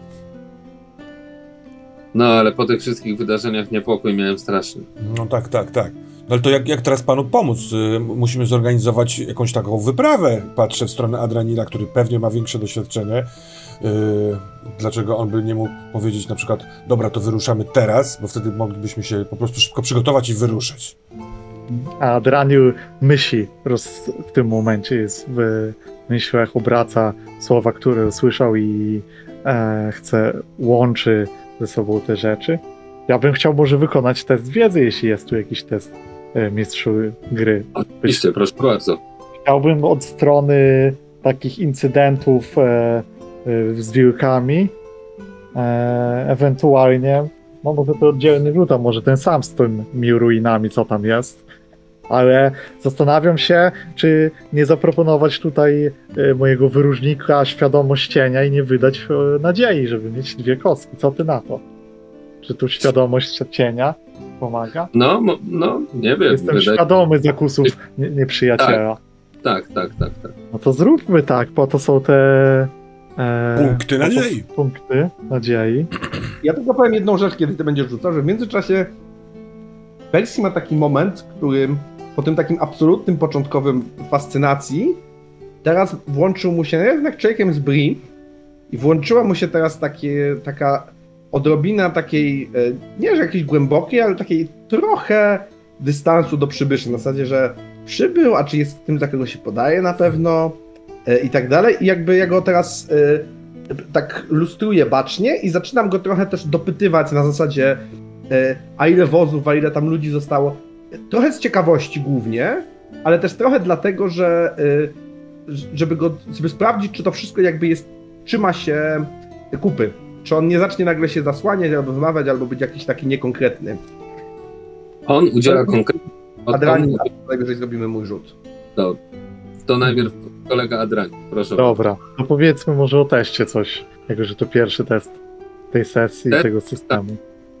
No, ale po tych wszystkich wydarzeniach niepokój miałem straszny. No tak. No ale to jak teraz panu pomóc? Musimy zorganizować jakąś taką wyprawę. Patrzę w stronę Adranila, który pewnie ma większe doświadczenie. Dlaczego on by nie mógł powiedzieć na przykład, dobra, to wyruszamy teraz, bo wtedy moglibyśmy się po prostu szybko przygotować i wyruszyć. A Adranil myśli, w tym momencie jest w myślach, obraca słowa, które usłyszał i łączy ze sobą te rzeczy. Ja bym chciał może wykonać test wiedzy, jeśli jest tu jakiś test mistrzu gry. Oczywiście, proszę bardzo. Chciałbym od strony takich incydentów z wilkami, ewentualnie, no może to oddzielny rzut, a może ten sam z tymi ruinami, co tam jest, ale zastanawiam się, czy nie zaproponować tutaj mojego wyróżnika świadomość cienia i nie wydać nadziei, żeby mieć 2 kostki. Co ty na to? Czy tu świadomość cienia pomaga? No, nie wiem. Jestem świadomy zakusów nieprzyjaciela. Tak. No to zróbmy tak, po to są te... punkty nadziei. Punkty nadziei. Ja tylko powiem jedną rzecz, kiedy ty będziesz rzucał, że w międzyczasie Percy ma taki moment, którym po tym takim absolutnym początkowym fascynacji teraz włączył mu się, jednak człowiekiem z Brii i włączyła mu się teraz taka odrobina takiej, nie że jakiejś głębokiej, ale takiej trochę dystansu do przybyszy, na zasadzie, że przybył, a czy jest tym, za kogo się podaje na pewno i tak dalej. I jakby ja go teraz tak lustruję bacznie i zaczynam go trochę też dopytywać na zasadzie a ile wozów, a ile tam ludzi zostało. Trochę z ciekawości głównie, ale też trochę dlatego, że żeby sprawdzić, czy to wszystko jakby jest trzyma się kupy. Czy on nie zacznie nagle się zasłaniać, albo wymawiać, albo być jakiś taki niekonkretny? On udziela konkretnie. Adrani, najwyżej zrobimy mój rzut. To najpierw kolega Adrani, proszę. Dobra, to powiedzmy może o teście coś, jako że to pierwszy test tej sesji i tego systemu.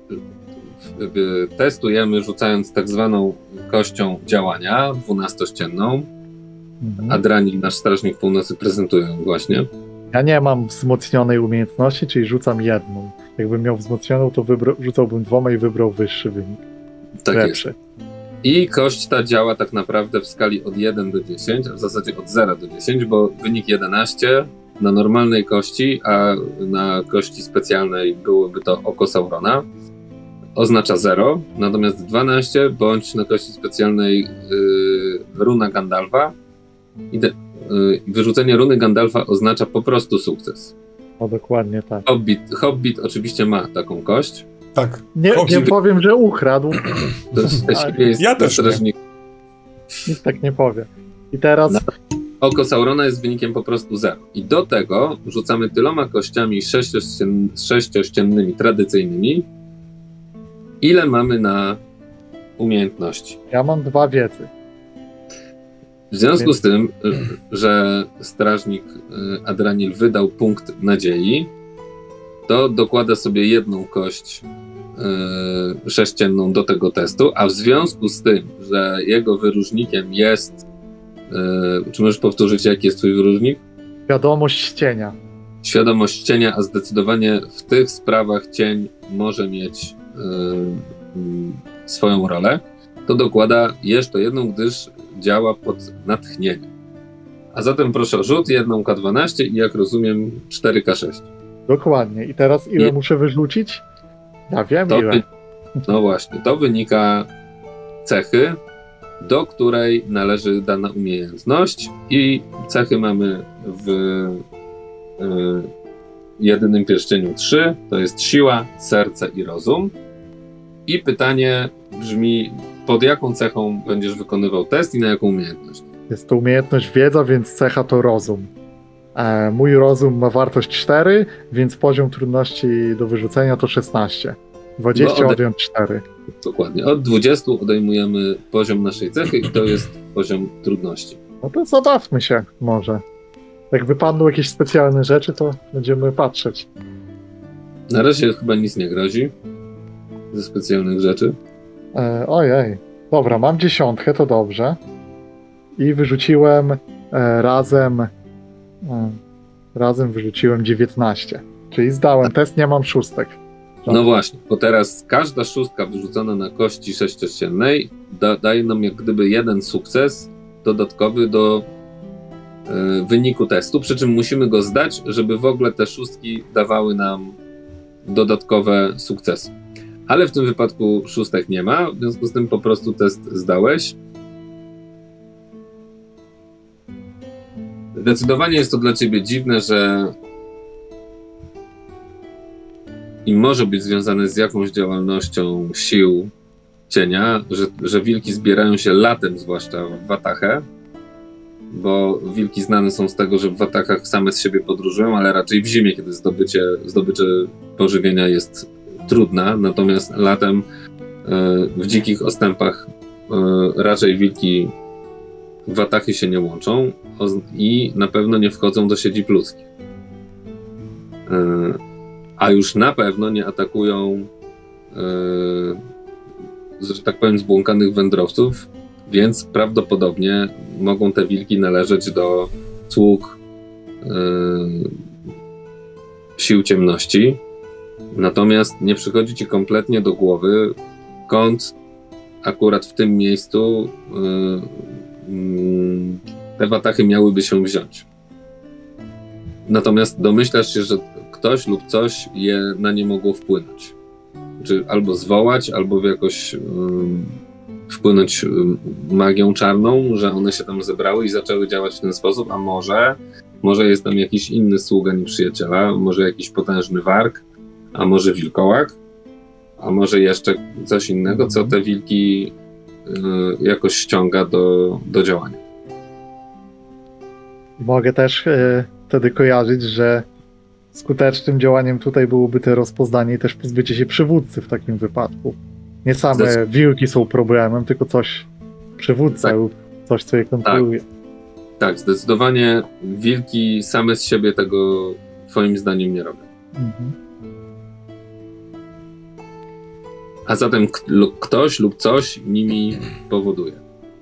Testujemy rzucając tak zwaną kością działania, 12-ścienną. Adranil, nasz strażnik północy, prezentuje ją właśnie. Ja nie mam wzmocnionej umiejętności, czyli rzucam jedną. Jakbym miał wzmocnioną, to rzucałbym 2 i wybrał wyższy wynik. Tak lepszy. jest. I kość ta działa tak naprawdę w skali od 1 do 10, a w zasadzie od 0 do 10, bo wynik 11 na normalnej kości, a na kości specjalnej byłoby to oko Saurona, oznacza 0, natomiast 12 bądź na kości specjalnej runa Gandalfa i wyrzucenie runy Gandalfa oznacza po prostu sukces. O, dokładnie tak. Hobbit oczywiście ma taką kość. Tak. Nie powiem, że ukradł. To jest ja też strażnik. Nikt tak nie powie. I teraz... Oko Saurona jest wynikiem po prostu 0. I do tego rzucamy tyloma kościami sześciościennymi, tradycyjnymi. Ile mamy na umiejętności? Ja mam 2 wiedzy. W związku z tym, że strażnik Adranil wydał punkt nadziei, to dokłada sobie jedną kość sześcienną do tego testu, a w związku z tym, że jego wyróżnikiem jest... czy możesz powtórzyć, jaki jest twój wyróżnik? Świadomość cienia. Świadomość cienia, a zdecydowanie w tych sprawach cień może mieć swoją rolę, to dokłada jeszcze jedną, gdyż działa pod natchnieniem. A zatem proszę o rzut, 1K12 i jak rozumiem 4K6. Dokładnie. I teraz ile muszę wyrzucić? Ja wiem ile. No właśnie, to wynika cechy, do której należy dana umiejętność i cechy mamy w jedynym pierścieniu 3, to jest siła, serce i rozum. I pytanie brzmi, pod jaką cechą będziesz wykonywał test i na jaką umiejętność? Jest to umiejętność wiedza, więc cecha to rozum. Mój rozum ma wartość 4, więc poziom trudności do wyrzucenia to 16. 20 odjąć 4. Dokładnie. Od 20 odejmujemy poziom naszej cechy i to jest poziom trudności. No to zabawmy się może. Jak wypadną jakieś specjalne rzeczy, to będziemy patrzeć. Na razie chyba nic nie grozi ze specjalnych rzeczy. Ojej. Dobra, mam 10, to dobrze. I wyrzuciłem razem wyrzuciłem 19. Czyli zdałem test, nie mam szóstek. No właśnie, bo teraz każda szóstka wyrzucona na kości sześciościennej daje nam jak gdyby jeden sukces dodatkowy do wyniku testu, przy czym musimy go zdać, żeby w ogóle te szóstki dawały nam dodatkowe sukcesy. Ale w tym wypadku szóstek nie ma, w związku z tym po prostu test zdałeś. Zdecydowanie jest to dla ciebie dziwne, że i może być związane z jakąś działalnością sił cienia, że wilki zbierają się latem, zwłaszcza w Watachę, bo wilki znane są z tego, że w Watachach same z siebie podróżują, ale raczej w zimie, kiedy zdobycie pożywienia jest trudna, natomiast latem w dzikich ostępach raczej wilki w Watachy się nie łączą i na pewno nie wchodzą do siedzib ludzkich. A już na pewno nie atakują, że tak powiem, zbłąkanych wędrowców, więc prawdopodobnie mogą te wilki należeć do sług sił ciemności. Natomiast nie przychodzi ci kompletnie do głowy, skąd akurat w tym miejscu te watachy miałyby się wziąć. Natomiast domyślasz się, że ktoś lub coś na nie mogło wpłynąć. Czy albo zwołać, albo jakoś wpłynąć magią czarną, że one się tam zebrały i zaczęły działać w ten sposób, a może jest tam jakiś inny sługa nieprzyjaciela, może jakiś potężny warg, a może wilkołak, a może jeszcze coś innego, co te wilki jakoś ściąga do działania. Mogę też wtedy kojarzyć, że skutecznym działaniem tutaj byłoby to rozpoznanie i też pozbycie się przywódcy w takim wypadku. Nie same wilki są problemem, tylko przywódca lub coś, co je kontroluje. Tak, zdecydowanie wilki same z siebie tego twoim zdaniem nie robią. Mhm. A zatem ktoś lub coś nimi powoduje.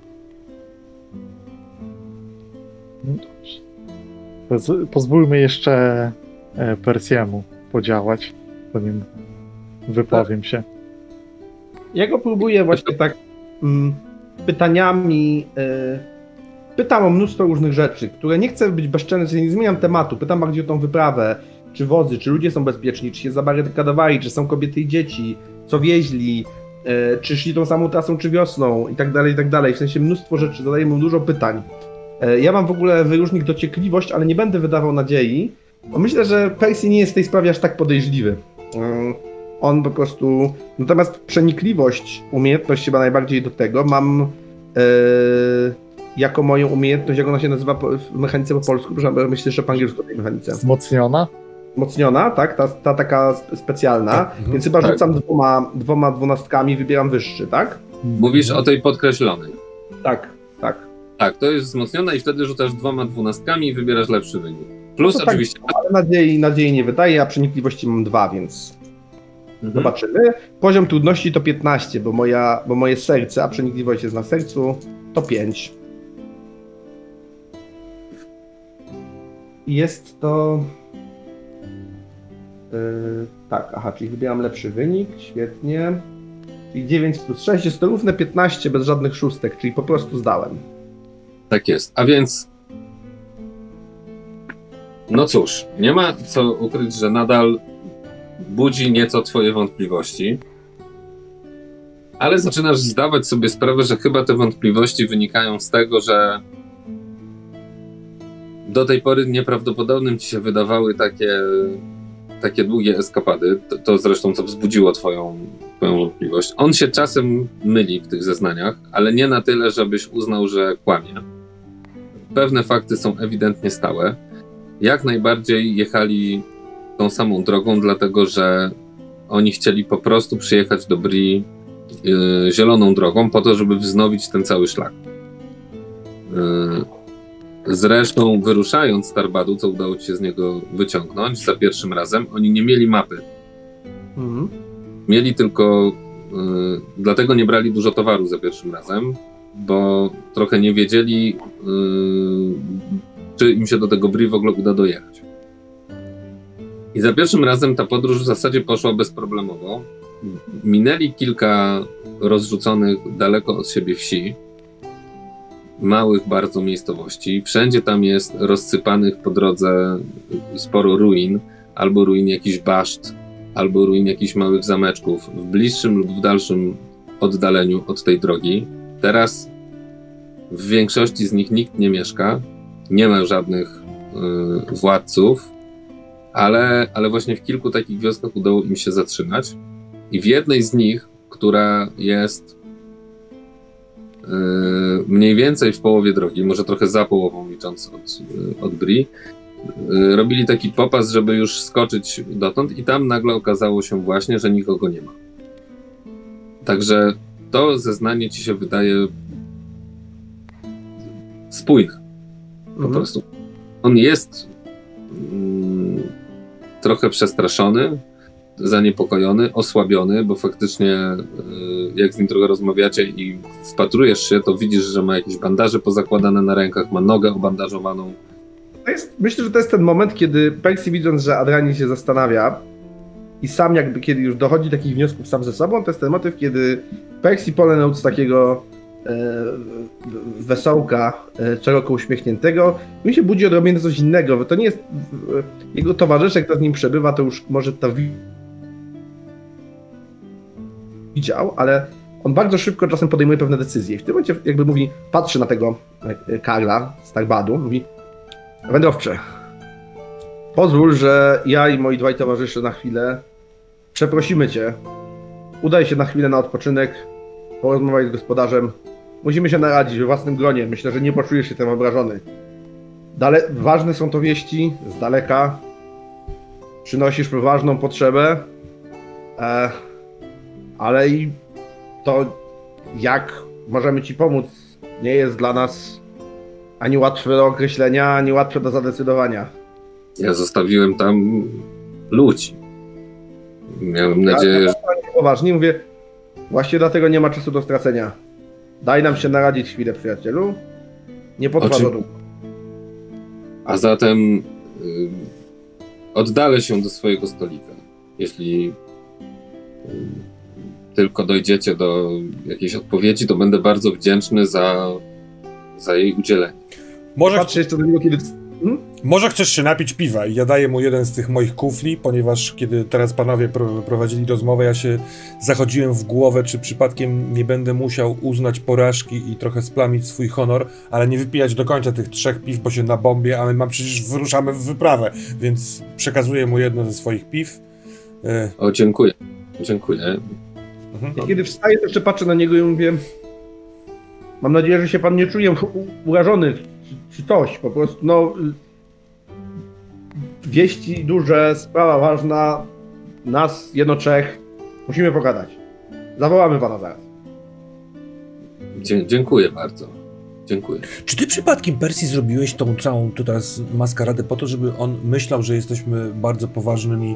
Pozwólmy jeszcze Persiemu podziałać, zanim wypowiem się. Ja go próbuję właśnie tak pytaniami. Pytam o mnóstwo różnych rzeczy, które nie chcę być bezczelny, nie zmieniam tematu. Pytam bardziej o tą wyprawę, czy wozy, czy ludzie są bezpieczni, czy się zabarykadowali, czy są kobiety i dzieci, co wieźli, czy szli tą samą trasą, czy wiosną, i tak dalej, i tak dalej. W sensie mnóstwo rzeczy, zadaję mu dużo pytań. Ja mam w ogóle wyróżnik dociekliwość, ale nie będę wydawał nadziei, bo myślę, że Percy nie jest w tej sprawie aż tak podejrzliwy. On po prostu... Natomiast przenikliwość, umiejętność chyba najbardziej do tego mam jako moją umiejętność, jak ona się nazywa w mechanice po polsku, myślę, że po angielsku tej mechanice. Wzmocniona? Wzmocniona, tak, ta taka specjalna, więc chyba rzucam dwoma 12, wybieram wyższy, tak? Mówisz o tej podkreślonej. Tak. Tak, to jest wzmocniona i wtedy rzucasz 2 12 i wybierasz lepszy wynik. Plus no oczywiście... Tak, ale nadziei nie wydaje, a przenikliwości mam 2, więc zobaczymy. Poziom trudności to 15, bo moje serce, a przenikliwość jest na sercu, to 5. Jest to... czyli wybieram lepszy wynik, świetnie. Czyli 9 plus 6 jest to równe 15 bez żadnych szóstek, czyli po prostu zdałem. Tak jest, a więc... No cóż, nie ma co ukryć, że nadal budzi nieco twoje wątpliwości, ale zaczynasz zdawać sobie sprawę, że chyba te wątpliwości wynikają z tego, że do tej pory nieprawdopodobnym ci się wydawały takie długie eskapady. To zresztą co wzbudziło twoją wątpliwość. On się czasem myli w tych zeznaniach, ale nie na tyle, żebyś uznał, że kłamie. Pewne fakty są ewidentnie stałe. Jak najbardziej jechali tą samą drogą, dlatego że oni chcieli po prostu przyjechać do Bree zieloną drogą po to, żeby wznowić ten cały szlak. Zresztą wyruszając z Tarbadu, co udało ci się z niego wyciągnąć za pierwszym razem, oni nie mieli mapy. Mieli tylko... dlatego nie brali dużo towaru za pierwszym razem, bo trochę nie wiedzieli, czy im się do tego Bree w ogóle uda dojechać. I za pierwszym razem ta podróż w zasadzie poszła bezproblemowo. Minęli kilka rozrzuconych daleko od siebie wsi, małych bardzo miejscowości. Wszędzie tam jest rozsypanych po drodze sporo ruin, albo ruin jakichś baszt, albo ruin jakichś małych zameczków w bliższym lub w dalszym oddaleniu od tej drogi. Teraz w większości z nich nikt nie mieszka, nie ma żadnych władców, ale właśnie w kilku takich wioskach udało im się zatrzymać i w jednej z nich, która jest mniej więcej w połowie drogi, może trochę za połową licząc od Bree, robili taki popas, żeby już skoczyć dotąd i tam nagle okazało się właśnie, że nikogo nie ma. Także to zeznanie ci się wydaje spójne. Po prostu. On jest trochę przestraszony, zaniepokojony, osłabiony, bo faktycznie jak z nim trochę rozmawiacie i wpatrujesz się, to widzisz, że ma jakieś bandaże pozakładane na rękach, ma nogę obandażowaną. Myślę, że to jest ten moment, kiedy Percy, widząc, że Adrani się zastanawia i sam jakby, kiedy już dochodzi do takich wniosków sam ze sobą, to jest ten motyw, kiedy Percy polenął z takiego wesołka, szeroko uśmiechniętego, mi się budzi odrobinę coś innego, bo to nie jest jego towarzyszek, kto z nim przebywa, to już może to widział, ale on bardzo szybko czasem podejmuje pewne decyzje i w tym momencie jakby mówi, patrzy na tego Karla z Tarbadu, mówi: wędrowcze, pozwól, że ja i moi dwaj towarzysze na chwilę przeprosimy cię, udaj się na chwilę na odpoczynek, porozmawiaj z gospodarzem. Musimy się naradzić we własnym gronie. Myślę, że nie poczujesz się tym obrażony. Ważne są to wieści z daleka. przynosisz poważną potrzebę, ale i to, jak możemy ci pomóc, nie jest dla nas ani łatwe do określenia, ani łatwe do zadecydowania. Ja zostawiłem tam ludzi. Miałem nadzieję, że... Poważnie mówię, właśnie dlatego nie ma czasu do stracenia. Daj nam się naradzić chwilę, przyjacielu. Nie potrwa to długo. A zatem oddalę się do swojego stolika. Jeśli tylko dojdziecie do jakiejś odpowiedzi, to będę bardzo wdzięczny za jej udzielenie. Patrzę jeszcze do niego, kiedy... Może chcesz się napić piwa i ja daję mu jeden z tych moich kufli, ponieważ kiedy teraz panowie prowadzili rozmowę, ja się zachodziłem w głowę, czy przypadkiem nie będę musiał uznać porażki i trochę splamić swój honor, ale nie wypijać do końca tych 3 piw, bo się nabombię, ale przecież wyruszamy w wyprawę, więc przekazuję mu jedno ze swoich piw. O, dziękuję. Dziękuję. I kiedy wstaję, to jeszcze patrzę na niego i mówię, mam nadzieję, że się pan nie czuje urażony, czy coś, po prostu, no, wieści duże, sprawa ważna, nas, 1-3, musimy pogadać. Zawołamy pana zaraz. Dziękuję bardzo. Dziękuję. Czy ty przypadkiem, Percy, zrobiłeś tą całą tu teraz maskaradę po to, żeby on myślał, że jesteśmy bardzo poważnymi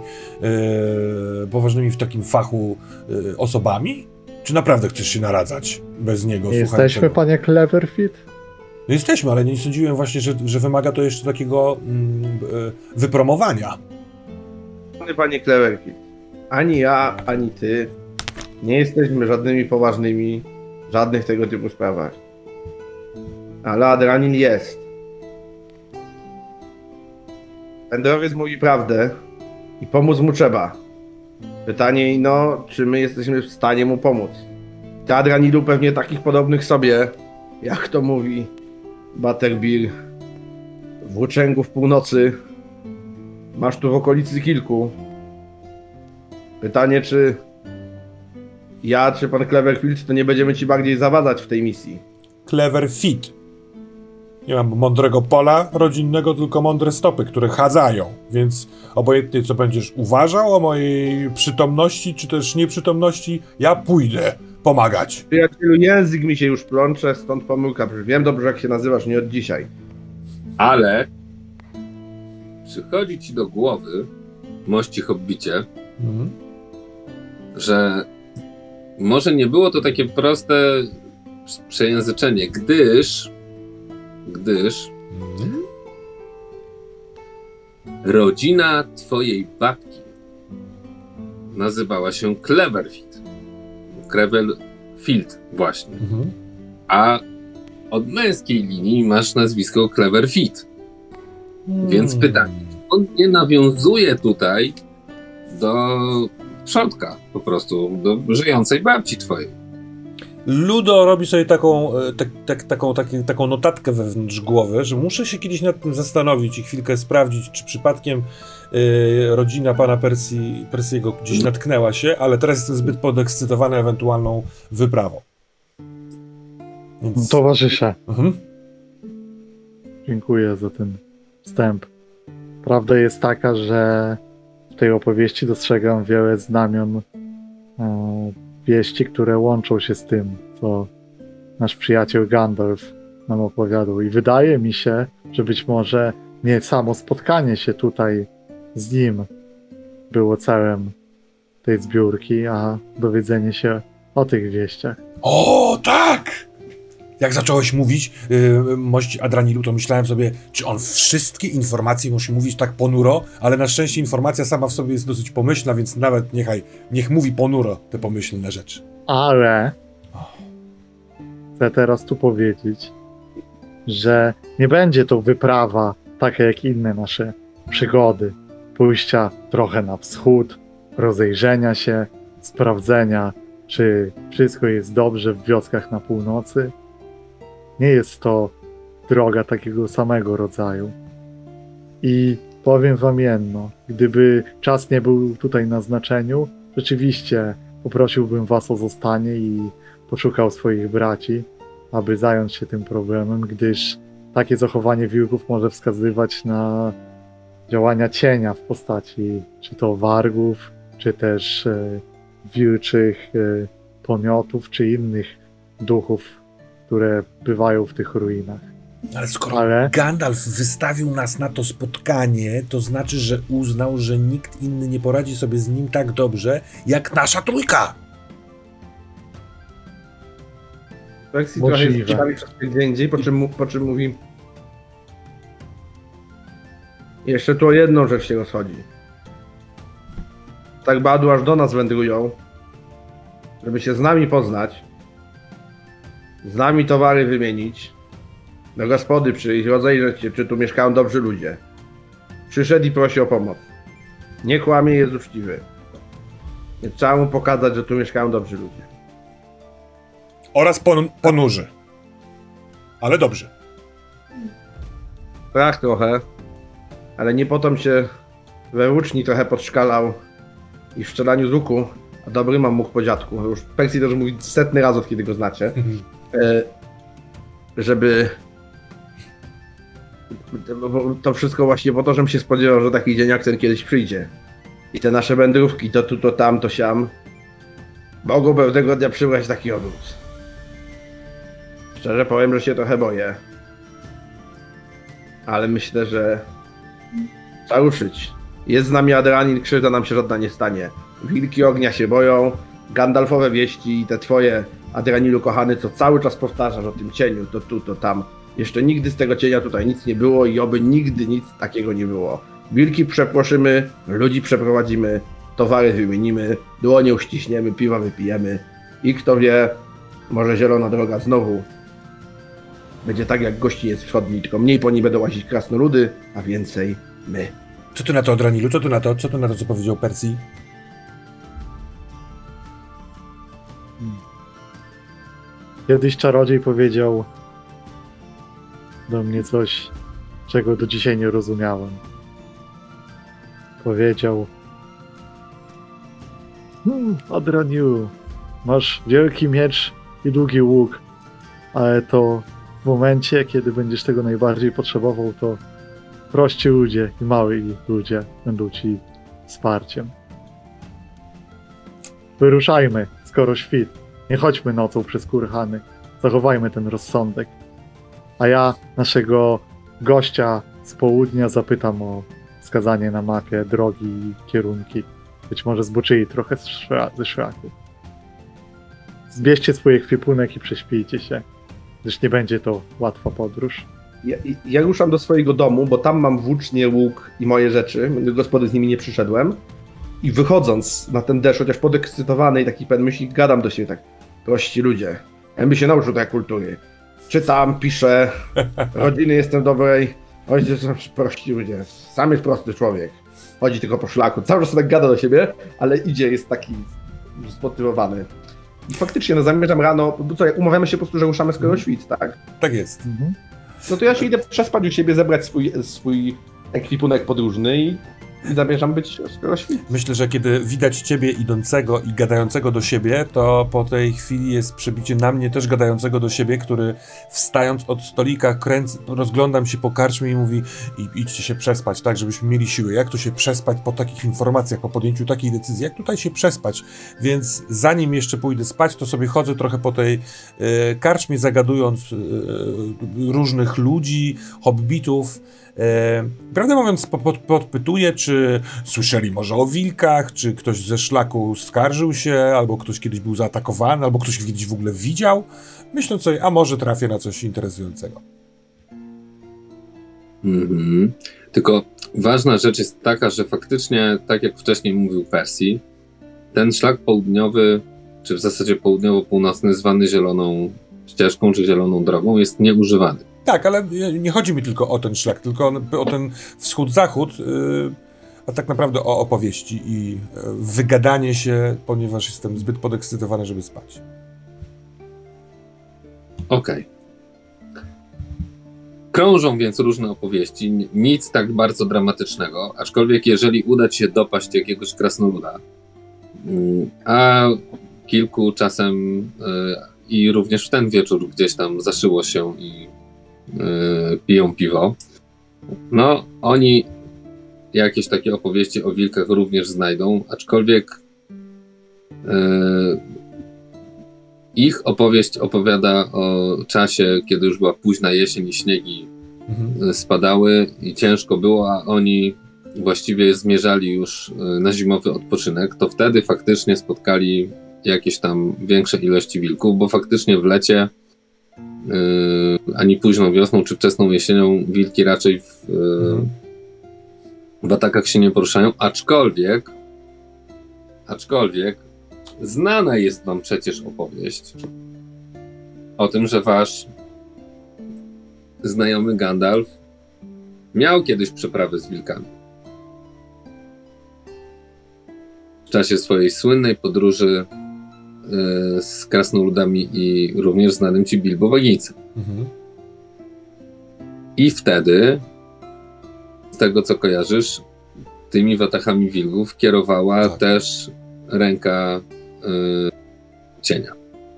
w takim fachu osobami? Czy naprawdę chcesz się naradzać bez niego? Nie jesteśmy, panie Cleverfit? No jesteśmy, ale nie sądziłem właśnie, że wymaga to jeszcze takiego wypromowania. Panie Cleverfit, ani ja, ani ty nie jesteśmy żadnymi poważnymi w żadnych tego typu sprawach. Ale Adranin jest. Wędrowiec mówi prawdę i pomóc mu trzeba. Pytanie ino, czy my jesteśmy w stanie mu pomóc. Ty, Adranilu, pewnie takich podobnych sobie, jak to mówi Butterbeer, włóczęgów północy, masz tu w okolicy kilku. Pytanie, czy ja, czy pan Cleverfield, to nie będziemy ci bardziej zawadzać w tej misji. Cleverfit. Nie mam mądrego pola rodzinnego, tylko mądre stopy, które chadzają, więc obojętnie co będziesz uważał o mojej przytomności, czy też nieprzytomności, ja pójdę pomagać. Przyjacielu, język mi się już plącze, stąd pomyłka. Wiem dobrze, jak się nazywasz, nie od dzisiaj. Ale przychodzi ci do głowy, mości hobbicie, że może nie było to takie proste przejęzyczenie, gdyż rodzina twojej babki nazywała się Cleverfield. Cleverfield właśnie. A od męskiej linii masz nazwisko Cleverfield. Więc pytanie, on nie nawiązuje tutaj do przodka, po prostu do żyjącej babci twojej. Ludo robi sobie taką notatkę wewnątrz głowy, że muszę się kiedyś nad tym zastanowić i chwilkę sprawdzić, czy przypadkiem rodzina pana Percy'ego gdzieś natknęła się, ale teraz jestem zbyt podekscytowany ewentualną wyprawą. Więc... Towarzysze, dziękuję za ten wstęp. Prawda jest taka, że w tej opowieści dostrzegam wiele znamion wieści, które łączą się z tym, co nasz przyjaciel Gandalf nam opowiadał. I wydaje mi się, że być może nie samo spotkanie się tutaj z nim było celem tej zbiórki, a dowiedzenie się o tych wieściach. O, tak! Jak zacząłeś mówić, mość Adranilu, to myślałem sobie, czy on wszystkie informacje musi mówić tak ponuro, ale na szczęście informacja sama w sobie jest dosyć pomyślna, więc nawet niech mówi ponuro te pomyślne rzeczy. Ale chcę teraz tu powiedzieć, że nie będzie to wyprawa taka jak inne nasze przygody. Pójścia trochę na wschód, rozejrzenia się, sprawdzenia, czy wszystko jest dobrze w wioskach na północy. Nie jest to droga takiego samego rodzaju. I powiem wam jedno, gdyby czas nie był tutaj na znaczeniu, rzeczywiście poprosiłbym was o zostanie i poszukał swoich braci, aby zająć się tym problemem, gdyż takie zachowanie wilków może wskazywać na działania cienia w postaci czy to wargów, czy też wilczych pomiotów, czy innych duchów, które bywają w tych ruinach. Ale skoro Gandalf wystawił nas na to spotkanie, to znaczy, że uznał, że nikt inny nie poradzi sobie z nim tak dobrze, jak nasza trójka. Lexi trochę jest ciekawy przez gdzie indziej, po czym mówi: jeszcze tu o jedną rzecz się rozchodzi. Tak badu aż do nas wędrują, żeby się z nami poznać, z nami towary wymienić, do gospody przyjść, rozejrzeć się, czy tu mieszkają dobrzy ludzie. Przyszedł i prosi o pomoc. Nie kłamie, jest uczciwy. Więc trzeba mu pokazać, że tu mieszkają dobrzy ludzie. Oraz ponurzy. Ale dobrze. Tak trochę, ale nie potem się we włóczni trochę podszkalał i w strzelaniu z łuku, a dobry mam mógł po dziadku. Już Percy też mówi 100 razy, od kiedy go znacie. Żeby to wszystko właśnie po to, żebym się spodziewał, że taki dzień jak ten kiedyś przyjdzie. I te nasze wędrówki, to tu, to tam, to siam, mogą pewnego dnia przybrać taki obrót. Szczerze powiem, że się trochę boję. Ale myślę, że trzeba ruszyć. Jest z nami Adrenaline, krzywda nam się żadna nie stanie. Wilki ognia się boją, Gandalfowe wieści i te twoje, Adrenalilu kochany, co cały czas powtarzasz o tym cieniu, to tu, to tam. Jeszcze nigdy z tego cienia tutaj nic nie było i oby nigdy nic takiego nie było. Wilki przeproszymy, ludzi przeprowadzimy, towary wymienimy, dłonie uściśniemy, piwa wypijemy i kto wie, może zielona droga znowu będzie tak jak gościniec wschodni, tylko mniej po niej będą łazić krasnoludy, a więcej my. Co ty na to, Adrenalilu? Co ty na to? Co ty na to, co powiedział Percy? Kiedyś czarodziej powiedział do mnie coś, czego do dzisiaj nie rozumiałem. Powiedział: Adrenalilu, masz wielki miecz i długi łuk, ale to w momencie, kiedy będziesz tego najbardziej potrzebował, to prości ludzie i mali ludzie będą ci wsparciem. Wyruszajmy, skoro świt. Nie chodźmy nocą przez kurhany. Zachowajmy ten rozsądek. A ja naszego gościa z południa zapytam o wskazanie na mapie drogi i kierunki. Być może zboczyli trochę ze szlaku. Zbierzcie swój ekwipunek i prześpijcie się, gdyż nie będzie to łatwa podróż. Ja ruszam do swojego domu, bo tam mam włócznie, łuk i moje rzeczy. Do gospody z nimi nie przyszedłem. I wychodząc na ten deszcz, chociaż podekscytowany i taki pen myśli, gadam do siebie tak: prości ludzie, ja bym się nauczył tej kultury. Czytam, piszę, rodziny jestem dobrej, ojciec są prości ludzie, sam jest prosty człowiek. Chodzi tylko po szlaku, cały czas tak gada do siebie, ale idzie, jest taki zmotywowany. I faktycznie, no zamierzam rano, bo co, jak umawiamy się po prostu, że ruszamy skoro świt, tak? Tak jest. No to ja się idę przespać u siebie, zebrać swój ekwipunek podróżny i zamierzam być skoro świt. Myślę, że kiedy widać ciebie idącego i gadającego do siebie, to po tej chwili jest przebicie na mnie też gadającego do siebie, który wstając od stolika rozglądam się po karczmie i mówi: idźcie się przespać, tak, żebyśmy mieli siły. Jak tu się przespać po takich informacjach, po podjęciu takiej decyzji? Jak tutaj się przespać? Więc zanim jeszcze pójdę spać, to sobie chodzę trochę po tej karczmie, zagadując różnych ludzi, hobbitów. Prawdę mówiąc, podpytuję, czy słyszeli może o wilkach, czy ktoś ze szlaku skarżył się, albo ktoś kiedyś był zaatakowany, albo ktoś kiedyś w ogóle widział, myśląc sobie, a może trafię na coś interesującego. Tylko ważna rzecz jest taka, że faktycznie, tak jak wcześniej mówił Percy, ten szlak południowy, czy w zasadzie południowo-północny, zwany zieloną ścieżką, czy zieloną drogą, jest nieużywany. Tak, ale nie chodzi mi tylko o ten szlak, tylko o ten wschód-zachód, a tak naprawdę o opowieści i wygadanie się, ponieważ jestem zbyt podekscytowany, żeby spać. Okej. Krążą więc różne opowieści, nic tak bardzo dramatycznego, aczkolwiek jeżeli uda ci się dopaść jakiegoś krasnoluda, a kilku czasem i również w ten wieczór gdzieś tam zaszyło się i piją piwo, no oni jakieś takie opowieści o wilkach również znajdą, aczkolwiek ich opowieść opowiada o czasie, kiedy już była późna jesień i śniegi spadały i ciężko było, a oni właściwie zmierzali już na zimowy odpoczynek, to wtedy faktycznie spotkali jakieś tam większe ilości wilków, bo faktycznie w lecie ani późną wiosną czy wczesną jesienią wilki raczej w atakach się nie poruszają, aczkolwiek znana jest wam przecież opowieść o tym, że wasz znajomy Gandalf miał kiedyś przeprawę z wilkami. W czasie swojej słynnej podróży z krasnoludami i również znanym ci Bilbo Bagginsem. I wtedy, z tego co kojarzysz, tymi watachami wilków kierowała też ręka cienia.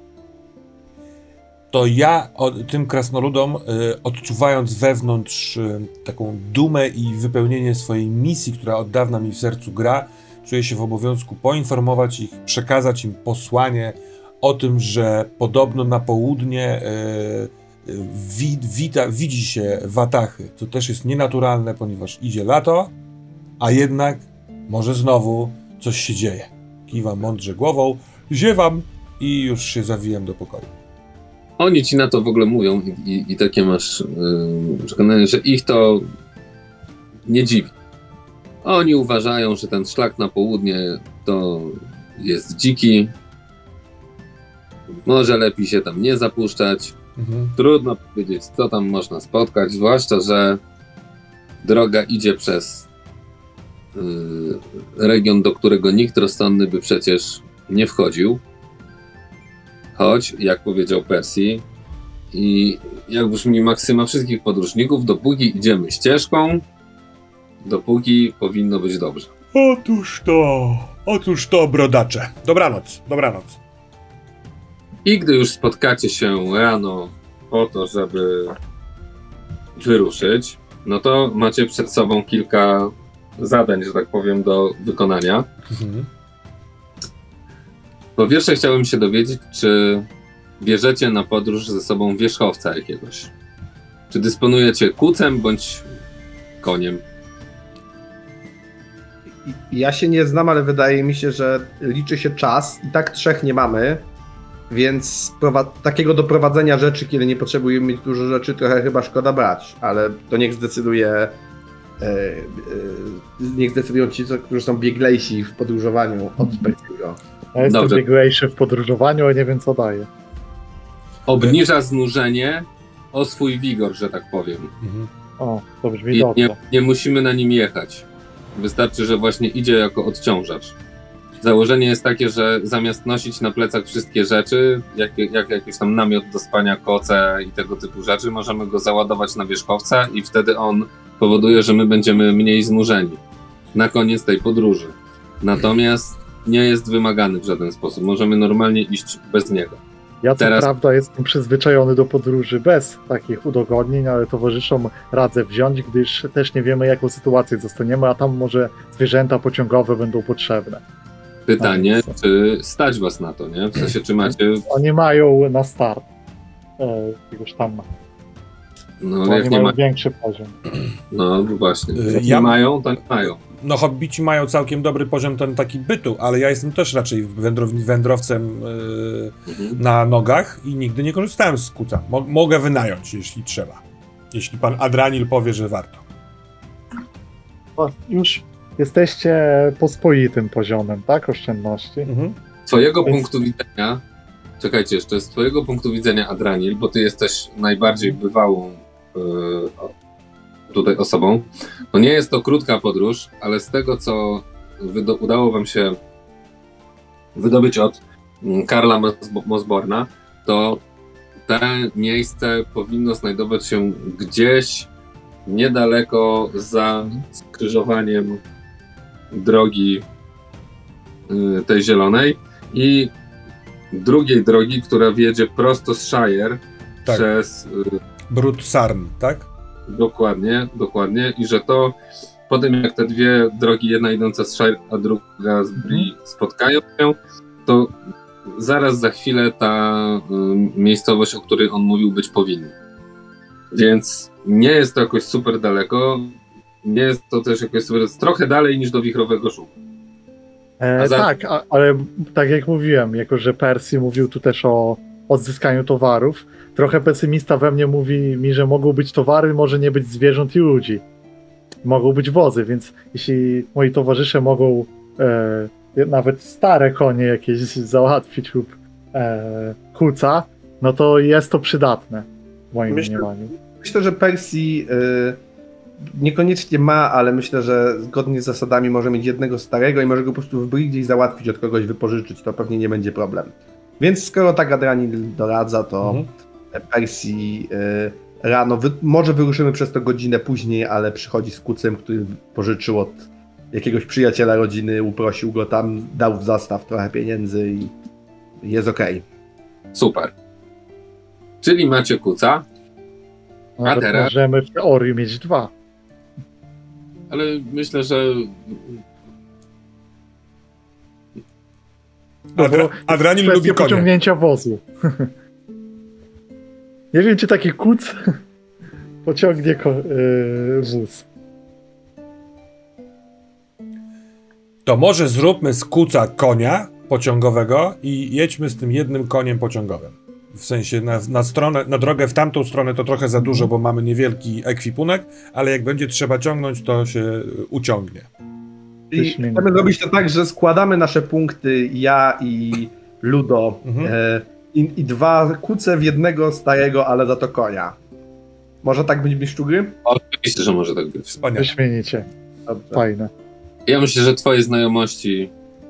To ja tym krasnoludom, odczuwając wewnątrz taką dumę i wypełnienie swojej misji, która od dawna mi w sercu gra, czuję się w obowiązku poinformować ich, przekazać im posłanie o tym, że podobno na południe widzi się watachy, co też jest nienaturalne, ponieważ idzie lato, a jednak może znowu coś się dzieje. Kiwam mądrze głową, ziewam i już się zawijam do pokoju. Oni ci na to w ogóle mówią i takie masz przekonanie, że ich to nie dziwi. Oni uważają, że ten szlak na południe to jest dziki. Może lepiej się tam nie zapuszczać. Trudno powiedzieć, co tam można spotkać, zwłaszcza, że droga idzie przez region, do którego nikt rozsądny by przecież nie wchodził. Choć, jak powiedział Percy, i jak brzmi maksyma wszystkich podróżników, dopóki idziemy ścieżką, dopóki powinno być dobrze. Otóż to, brodacze. Dobranoc. I gdy już spotkacie się rano po to, żeby wyruszyć, no to macie przed sobą kilka zadań, że tak powiem, do wykonania. Po pierwsze chciałbym się dowiedzieć, czy bierzecie na podróż ze sobą wierzchowca jakiegoś. Czy dysponujecie kucem bądź koniem? Ja się nie znam, ale wydaje mi się, że liczy się czas i tak 3 nie mamy, więc takiego doprowadzenia rzeczy, kiedy nie potrzebujemy mieć dużo rzeczy, trochę chyba szkoda brać, ale to niech zdecydują ci, którzy są bieglejsi w podróżowaniu od Percy'ego. Ja jestem bieglejszy w podróżowaniu, a nie wiem co daje. Obniża znużenie o swój wigor, że tak powiem. O, to brzmi dobrze. Nie musimy na nim jechać. Wystarczy, że właśnie idzie jako odciążacz. Założenie jest takie, że zamiast nosić na plecach wszystkie rzeczy, jak jakiś tam namiot do spania, koce i tego typu rzeczy, możemy go załadować na wierzchowca i wtedy on powoduje, że my będziemy mniej znużeni na koniec tej podróży. Natomiast nie jest wymagany w żaden sposób. Możemy normalnie iść bez niego. Ja co prawda jestem przyzwyczajony do podróży bez takich udogodnień, ale towarzyszom radzę wziąć, gdyż też nie wiemy, jaką sytuację zostaniemy, a tam może zwierzęta pociągowe będą potrzebne. Pytanie, czy stać was na to, nie? W sensie, czy macie... Oni mają na start już tam. No, jak oni mają większy poziom. No właśnie. Jak nie mają, to nie mają. No, hobbici mają całkiem dobry poziom ten taki bytu, ale ja jestem też raczej wędrowcem na nogach i nigdy nie korzystałem z kuca. Mogę wynająć, jeśli trzeba. Jeśli pan Adranil powie, że warto. Już jesteście pospolitym poziomem, tak? Oszczędności. Z twojego punktu widzenia, czekajcie jeszcze, z twojego punktu widzenia, Adranil, bo ty jesteś najbardziej bywałą tutaj osobą, to nie jest to krótka podróż, ale z tego, co udało wam się wydobyć od Karla Mosborna, to to miejsce powinno znajdować się gdzieś niedaleko za skrzyżowaniem drogi tej zielonej i drugiej drogi, która wiedzie prosto z Shire przez... Brud Sarn, tak? Dokładnie. I że to potem jak te dwie drogi, jedna idąca z Shire, a druga z Bree spotkają się, to zaraz za chwilę ta miejscowość, o której on mówił, być powinna. Więc nie jest to jakoś super daleko, nie jest to też jakoś super, jest trochę dalej niż do Wichrowego Szumu. Tak, ale tak jak mówiłem, jako że Percy mówił tu też o odzyskaniu towarów, trochę pesymista we mnie mówi mi, że mogą być towary, może nie być zwierząt i ludzi. Mogą być wozy, więc jeśli moi towarzysze mogą nawet stare konie jakieś załatwić lub kuca, no to jest to przydatne w moim mniemaniu. Myślę, że Percy niekoniecznie ma, ale myślę, że zgodnie z zasadami może mieć jednego starego i może go po prostu w Bree gdzieś załatwić, od kogoś wypożyczyć, to pewnie nie będzie problem. Więc skoro tak Adranil doradza, to Percy rano, może wyruszymy przez to godzinę później, ale przychodzi z kucem, który pożyczył od jakiegoś przyjaciela rodziny, uprosił go tam, dał w zastaw trochę pieniędzy i jest okej. Super. Czyli macie kuca, a teraz... Możemy w teorii mieć 2. Ale myślę, że... Adranil lubi konie. Pociągnięcia wozu. Nie wiem, czy taki kuc pociągnie wóz. To może zróbmy z kuca konia pociągowego i jedźmy z tym jednym koniem pociągowym. W sensie na drogę w tamtą stronę to trochę za dużo, bo mamy niewielki ekwipunek, ale jak będzie trzeba ciągnąć, to się uciągnie. I chcemy zrobić to tak, że składamy nasze punkty, ja i Ludo, i 2 kuce w jednego starego, ale za to konia. Może tak być miszczury? Oczywiście, że może tak być. Wspaniale. Wyśmienicie. Dobrze. Fajne. Ja myślę, że twoje znajomości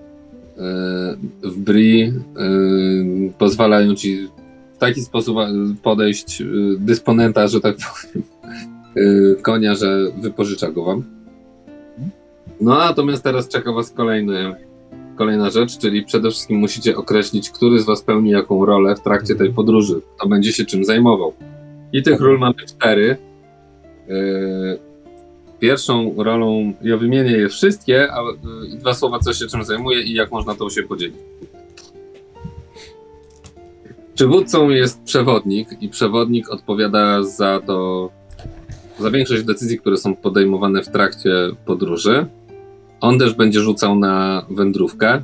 w Bree pozwalają ci w taki sposób podejść dysponenta, że tak powiem, konia, że wypożycza go wam. No natomiast teraz czeka was kolejna rzecz, czyli przede wszystkim musicie określić, który z was pełni jaką rolę w trakcie tej podróży. Kto będzie się czym zajmował. I tych ról mamy 4. Pierwszą rolą, ja wymienię je wszystkie, i 2 słowa, co się czym zajmuje i jak można to się podzielić. Przywódcą jest przewodnik i przewodnik odpowiada za większość decyzji, które są podejmowane w trakcie podróży. On też będzie rzucał na wędrówkę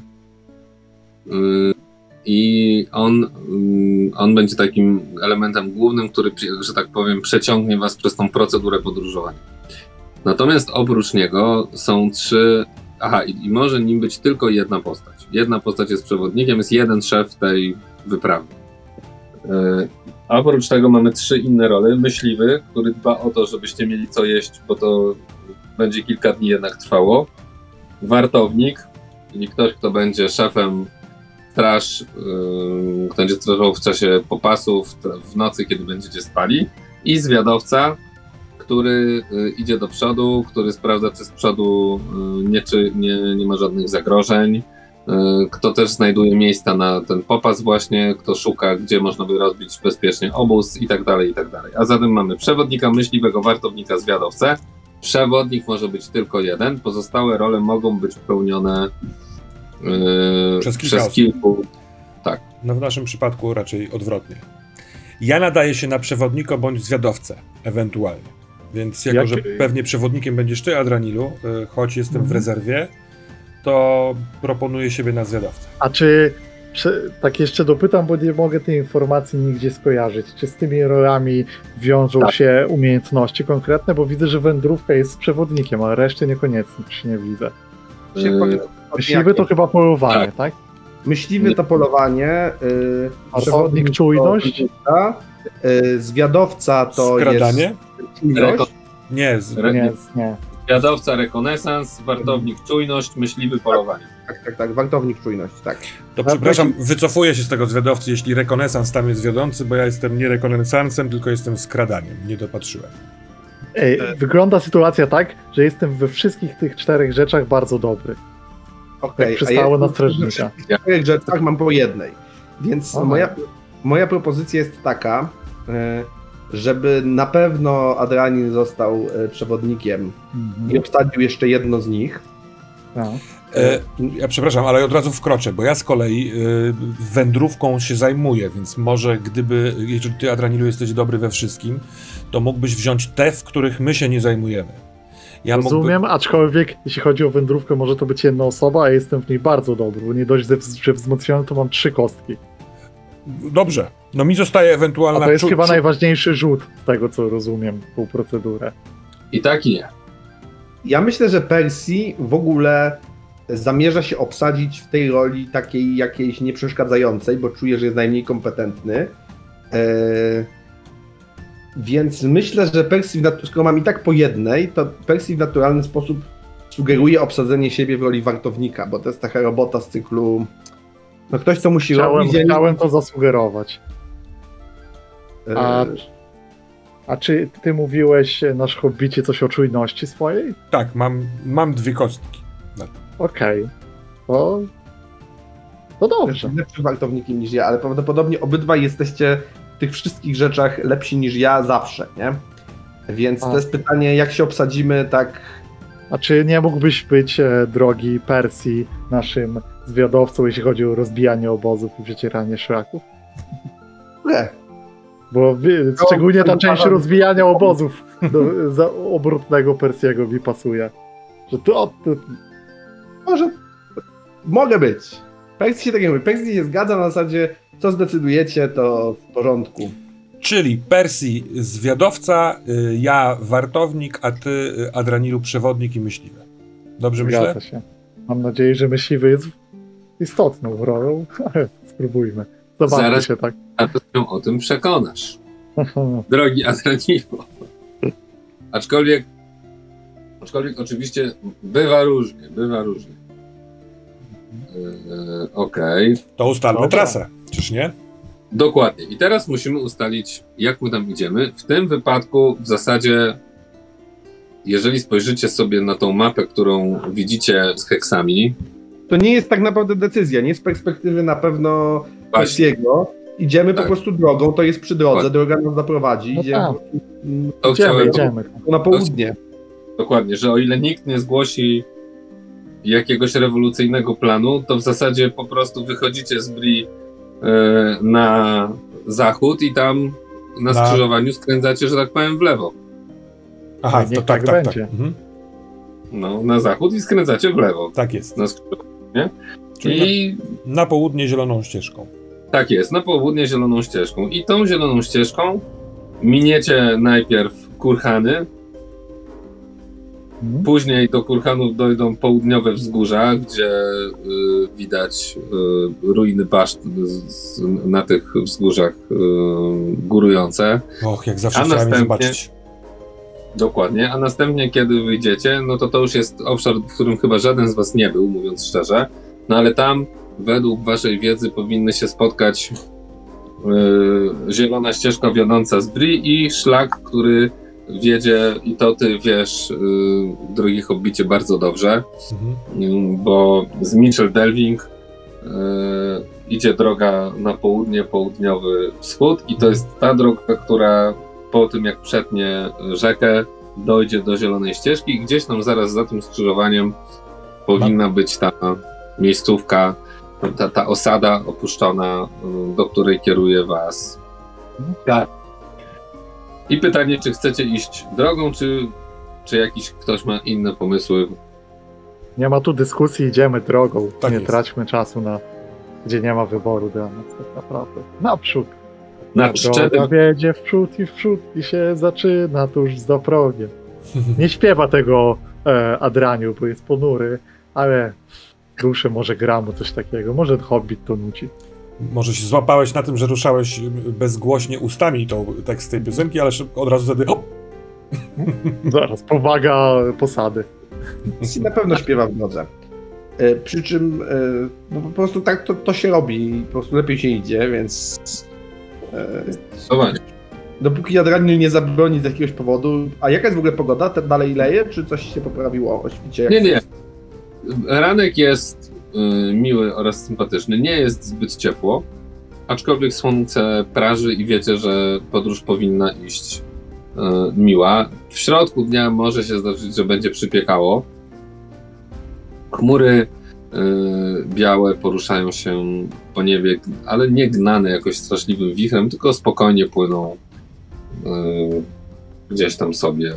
i on będzie takim elementem głównym, który, że tak powiem, przeciągnie was przez tą procedurę podróżowania. Natomiast oprócz niego są 3... Aha, i może nim być tylko jedna postać. Jedna postać jest przewodnikiem, jest jeden szef tej wyprawy. A oprócz tego mamy 3 inne role. Myśliwy, który dba o to, żebyście mieli co jeść, bo to będzie kilka dni jednak trwało. Wartownik, czyli ktoś, kto będzie szefem straż, kto będzie strażował w czasie popasów, w nocy, kiedy będziecie spali. I zwiadowca, który idzie do przodu, który sprawdza, czy z przodu nie ma żadnych zagrożeń, kto też znajduje miejsca na ten popas właśnie, kto szuka, gdzie można by rozbić bezpiecznie obóz i tak dalej, i tak dalej. A zatem mamy przewodnika, myśliwego, wartownika, zwiadowcę. Przewodnik może być tylko jeden, pozostałe role mogą być pełnione przez kilku. Tak. No w naszym przypadku raczej odwrotnie. Ja nadaję się na przewodnika bądź zwiadowcę, ewentualnie. Więc jako, że pewnie przewodnikiem będziesz ty, Adranilu, choć jestem w rezerwie, to proponuję siebie na zwiadowcę. A czy, tak jeszcze dopytam, bo nie mogę tej informacji nigdzie skojarzyć, czy z tymi rolami wiążą się umiejętności konkretne, bo widzę, że wędrówka jest z przewodnikiem, ale reszty niekoniecznie nie widzę. Myśliwy to chyba polowanie, tak? Myśliwy to polowanie, przewodnik czujność, zwiadowca to skradanie? Jest czujność. Nie. Zwiadowca rekonesans, wartownik czujność, myśliwy polowanie. Tak, wartownik czujność, tak. To przepraszam, wycofuję się z tego zwiadowcy, jeśli rekonesans tam jest wiodący, bo ja jestem nie rekonesansem, tylko jestem skradaniem. Nie dopatrzyłem. Wygląda sytuacja tak, że jestem we wszystkich tych 4 rzeczach bardzo dobry. Okej, przystało na strażnika. W 4 rzeczach mam po jednej. Więc moja propozycja jest taka, żeby na pewno Adranin został przewodnikiem i obsadził jeszcze jedno z nich. Ja przepraszam, ale od razu wkroczę, bo ja z kolei wędrówką się zajmuję, więc może jeżeli ty, Adranilu, jesteś dobry we wszystkim, to mógłbyś wziąć te, w których my się nie zajmujemy. Rozumiem, aczkolwiek jeśli chodzi o wędrówkę, może to być jedna osoba, a ja jestem w niej bardzo dobry, bo nie dość, że wzmocniony, to mam 3 kostki. Dobrze, no mi zostaje ewentualna... A to jest chyba najważniejszy rzut, z tego co rozumiem, tą procedurę. I tak i nie. Ja myślę, że Percy w ogóle zamierza się obsadzić w tej roli takiej jakiejś nieprzeszkadzającej, bo czuje, że jest najmniej kompetentny. Więc myślę, że Percy, skoro mam i tak po jednej, to Percy w naturalny sposób sugeruje obsadzenie siebie w roli wartownika, bo to jest taka robota z cyklu... No ktoś to musi robić. Chciałem to zasugerować. A czy ty mówiłeś, nasz hobbicie, coś o czujności swojej? Tak, mam 2 kostki. Okej. To dobrze. Jest lepszym wartownikiem niż ja, ale prawdopodobnie obydwaj jesteście w tych wszystkich rzeczach lepsi niż ja zawsze, nie? Więc to jest pytanie, jak się obsadzimy, tak... A czy nie mógłbyś być, drogi Percy, naszym zwiadowcą, jeśli chodzi o rozbijanie obozów i przecieranie szlaków? Nie. Bo szczególnie ta część rozbijania obozów za obrotnego Percy'ego mi pasuje. Że to... Może... Mogę być. Percy się tak nie mówi. Percy się zgadza na zasadzie, co zdecydujecie, to w porządku. Czyli Percy zwiadowca, ja wartownik, a ty, Adranilu, przewodnik i myśliwy. Dobrze myślę? Zgadza się. Mam nadzieję, że myśliwy jest istotną rolą, ale spróbujmy. Zobaczmy Zaraz się tak. się o tym przekonasz. Drogi Adranilu. Aczkolwiek oczywiście bywa różnie. Okej. To ustalmy trasę, czyż nie? Dokładnie. I teraz musimy ustalić, jak my tam idziemy. W tym wypadku w zasadzie, jeżeli spojrzycie sobie na tą mapę, którą widzicie z heksami, to nie jest tak naprawdę decyzja, nie z perspektywy na pewno Percy'ego. Idziemy po prostu drogą, to jest przy drodze, droga nas zaprowadzi. Idziemy. Na południe. Dokładnie, że o ile nikt nie zgłosi jakiegoś rewolucyjnego planu, to w zasadzie po prostu wychodzicie z Bri na zachód i tam na skrzyżowaniu skręcacie, że tak powiem, w lewo. Aha, to tak będzie. Mhm. No, na zachód i skręcacie w lewo. Tak jest. Na skrzyżowaniu. Czyli na południe zieloną ścieżką. Tak jest, na południe zieloną ścieżką. I tą zieloną ścieżką miniecie najpierw kurhany, później do kurhanów dojdą południowe wzgórza, gdzie widać ruiny baszt na tych wzgórzach górujące. Och, jak zawsze chciałem je zobaczyć. Dokładnie, a następnie kiedy wyjdziecie, no to już jest obszar, w którym chyba żaden z was nie był, mówiąc szczerze, no ale tam według waszej wiedzy powinny się spotkać zielona ścieżka wiodąca z Bri i szlak, który wiedzie, i to ty wiesz, drogi hobbicie, bardzo dobrze, bo z Mitchell Delving idzie droga na południe, południowy wschód i to jest ta droga, która po tym jak przetnie rzekę, dojdzie do zielonej ścieżki i gdzieś tam zaraz za tym skrzyżowaniem powinna być ta miejscówka, ta osada opuszczona, do której kieruje was. Tak. I pytanie, czy chcecie iść drogą, czy jakiś ktoś ma inne pomysły? Nie ma tu dyskusji, idziemy drogą. Tak nie jest. Traćmy czasu gdzie nie ma wyboru dla nas tak naprawdę. Naprzód. Droga wiedzie w przód i się zaczyna tuż za progiem. Nie śpiewa tego Adraniu, bo jest ponury, ale w duszy może gra mu coś takiego. Może Hobbit to nudzi. Może się złapałeś na tym, że ruszałeś bezgłośnie ustami tą tekst tej piosenki, ale od razu wtedy... Zaraz, powaga posady. Na pewno śpiewa w drodze. Przy czym no po prostu tak to się robi i po prostu lepiej się idzie, więc... Dopóki Adraniel nie zabroni z jakiegoś powodu. A jaka jest w ogóle pogoda? Dalej leje, czy coś się poprawiło o świcie? Nie. Ranek jest miły oraz sympatyczny. Nie jest zbyt ciepło, aczkolwiek słońce praży i wiecie, że podróż powinna iść miła. W środku dnia może się zdarzyć, że będzie przypiekało. Chmury białe poruszają się po niebie, ale nie gnane jakoś straszliwym wichrem, tylko spokojnie płyną gdzieś tam sobie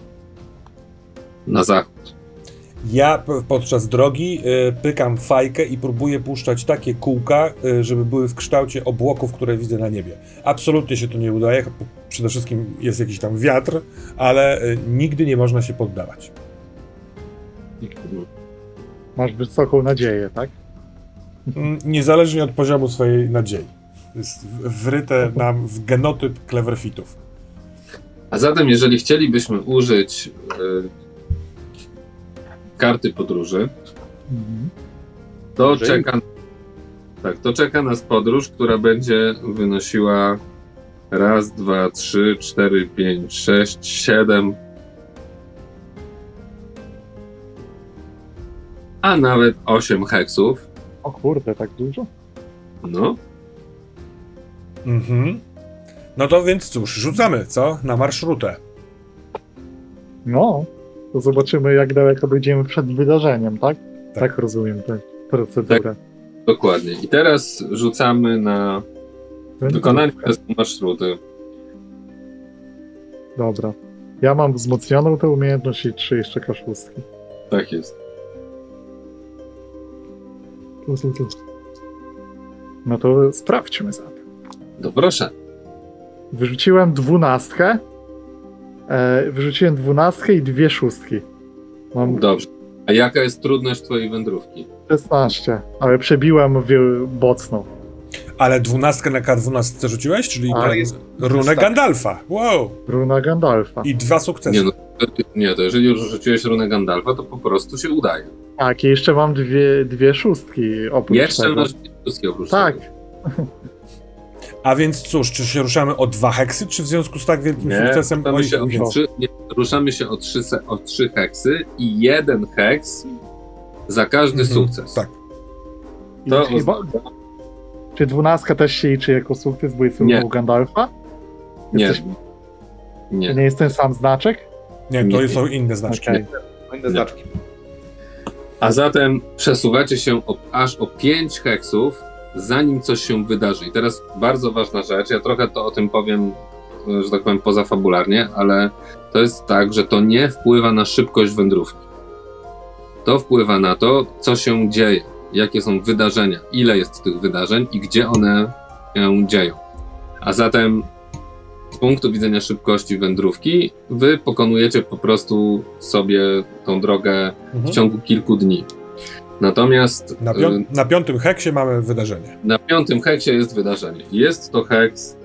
na zachód. Ja podczas drogi pykam fajkę i próbuję puszczać takie kółka, żeby były w kształcie obłoków, które widzę na niebie. Absolutnie się to nie udaje, przede wszystkim jest jakiś tam wiatr, ale nigdy nie można się poddawać. Masz wysoką nadzieję, tak? Niezależnie od poziomu swojej nadziei. Jest wryte nam w genotyp Cleverfitów. A zatem, jeżeli chcielibyśmy użyć karty podróży, to czeka nas podróż, która będzie wynosiła 1, 2, 3, 4, 5, 6, 7, a nawet 8 heksów. O kurde, tak dużo? No. No to więc cóż, rzucamy, co? Na marszrutę. No, to zobaczymy, jak daleko będziemy przed wydarzeniem, tak? Tak rozumiem tę procedurę. Tak, dokładnie. I teraz rzucamy na wykonanie testu marszruty. Dobra. Ja mam wzmocnioną tę umiejętność i 3 jeszcze kaszustki. Tak jest. No to sprawdźmy zatem. To proszę. Wyrzuciłem 12. Wyrzuciłem 12 i 2 szóstki. Mam Dobrze. A jaka jest trudność twojej wędrówki? 16, ale przebiłem bocną. Ale 12 na K12 rzuciłeś? Czyli runę Gandalfa. Wow! Runa Gandalfa. I 2 sukcesy. To jeżeli już rzuciłeś runę Gandalfa, to po prostu się udaje. Tak, i jeszcze mam dwie szóstki oprócz jeszcze tego. masz 2 szóstki oprócz Tak. tego. A więc cóż, czy się ruszamy o 2 heksy, czy w związku z tak wielkim sukcesem Ruszamy się o 3 heksy i 1 heks za każdy sukces. Tak. To Czy 12 też się liczy jako sukces, bo jest runą Gandalfa? Nie. To nie jest ten sam znaczek? Nie, to są inne znaczki. Okay. Inne znaczki. A zatem przesuwacie się aż o 5 heksów, zanim coś się wydarzy. I teraz bardzo ważna rzecz, ja trochę to o tym powiem, że tak powiem, pozafabularnie, ale to jest tak, że to nie wpływa na szybkość wędrówki. To wpływa na to, co się dzieje, jakie są wydarzenia, ile jest tych wydarzeń i gdzie one się dzieją. A zatem z punktu widzenia szybkości wędrówki, wy pokonujecie po prostu sobie tą drogę w ciągu kilku dni. Natomiast na 5. heksie mamy wydarzenie. Na 5. heksie jest wydarzenie. Jest to heks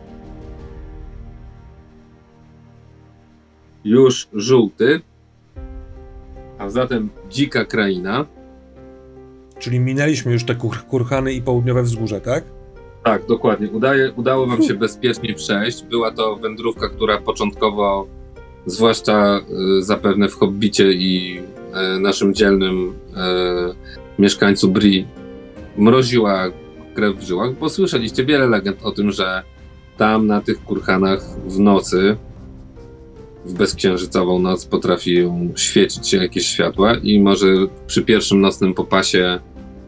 już żółty, a zatem dzika kraina. Czyli minęliśmy już te kurhany i południowe wzgórze, tak? Tak, dokładnie. Udało wam się bezpiecznie przejść. Była to wędrówka, która początkowo, zwłaszcza zapewne w Hobbicie i naszym dzielnym mieszkańcu Bree, mroziła krew w żyłach, bo słyszeliście wiele legend o tym, że tam na tych kurhanach w nocy, w bezksiężycową noc, potrafią świecić się jakieś światła i może przy pierwszym nocnym popasie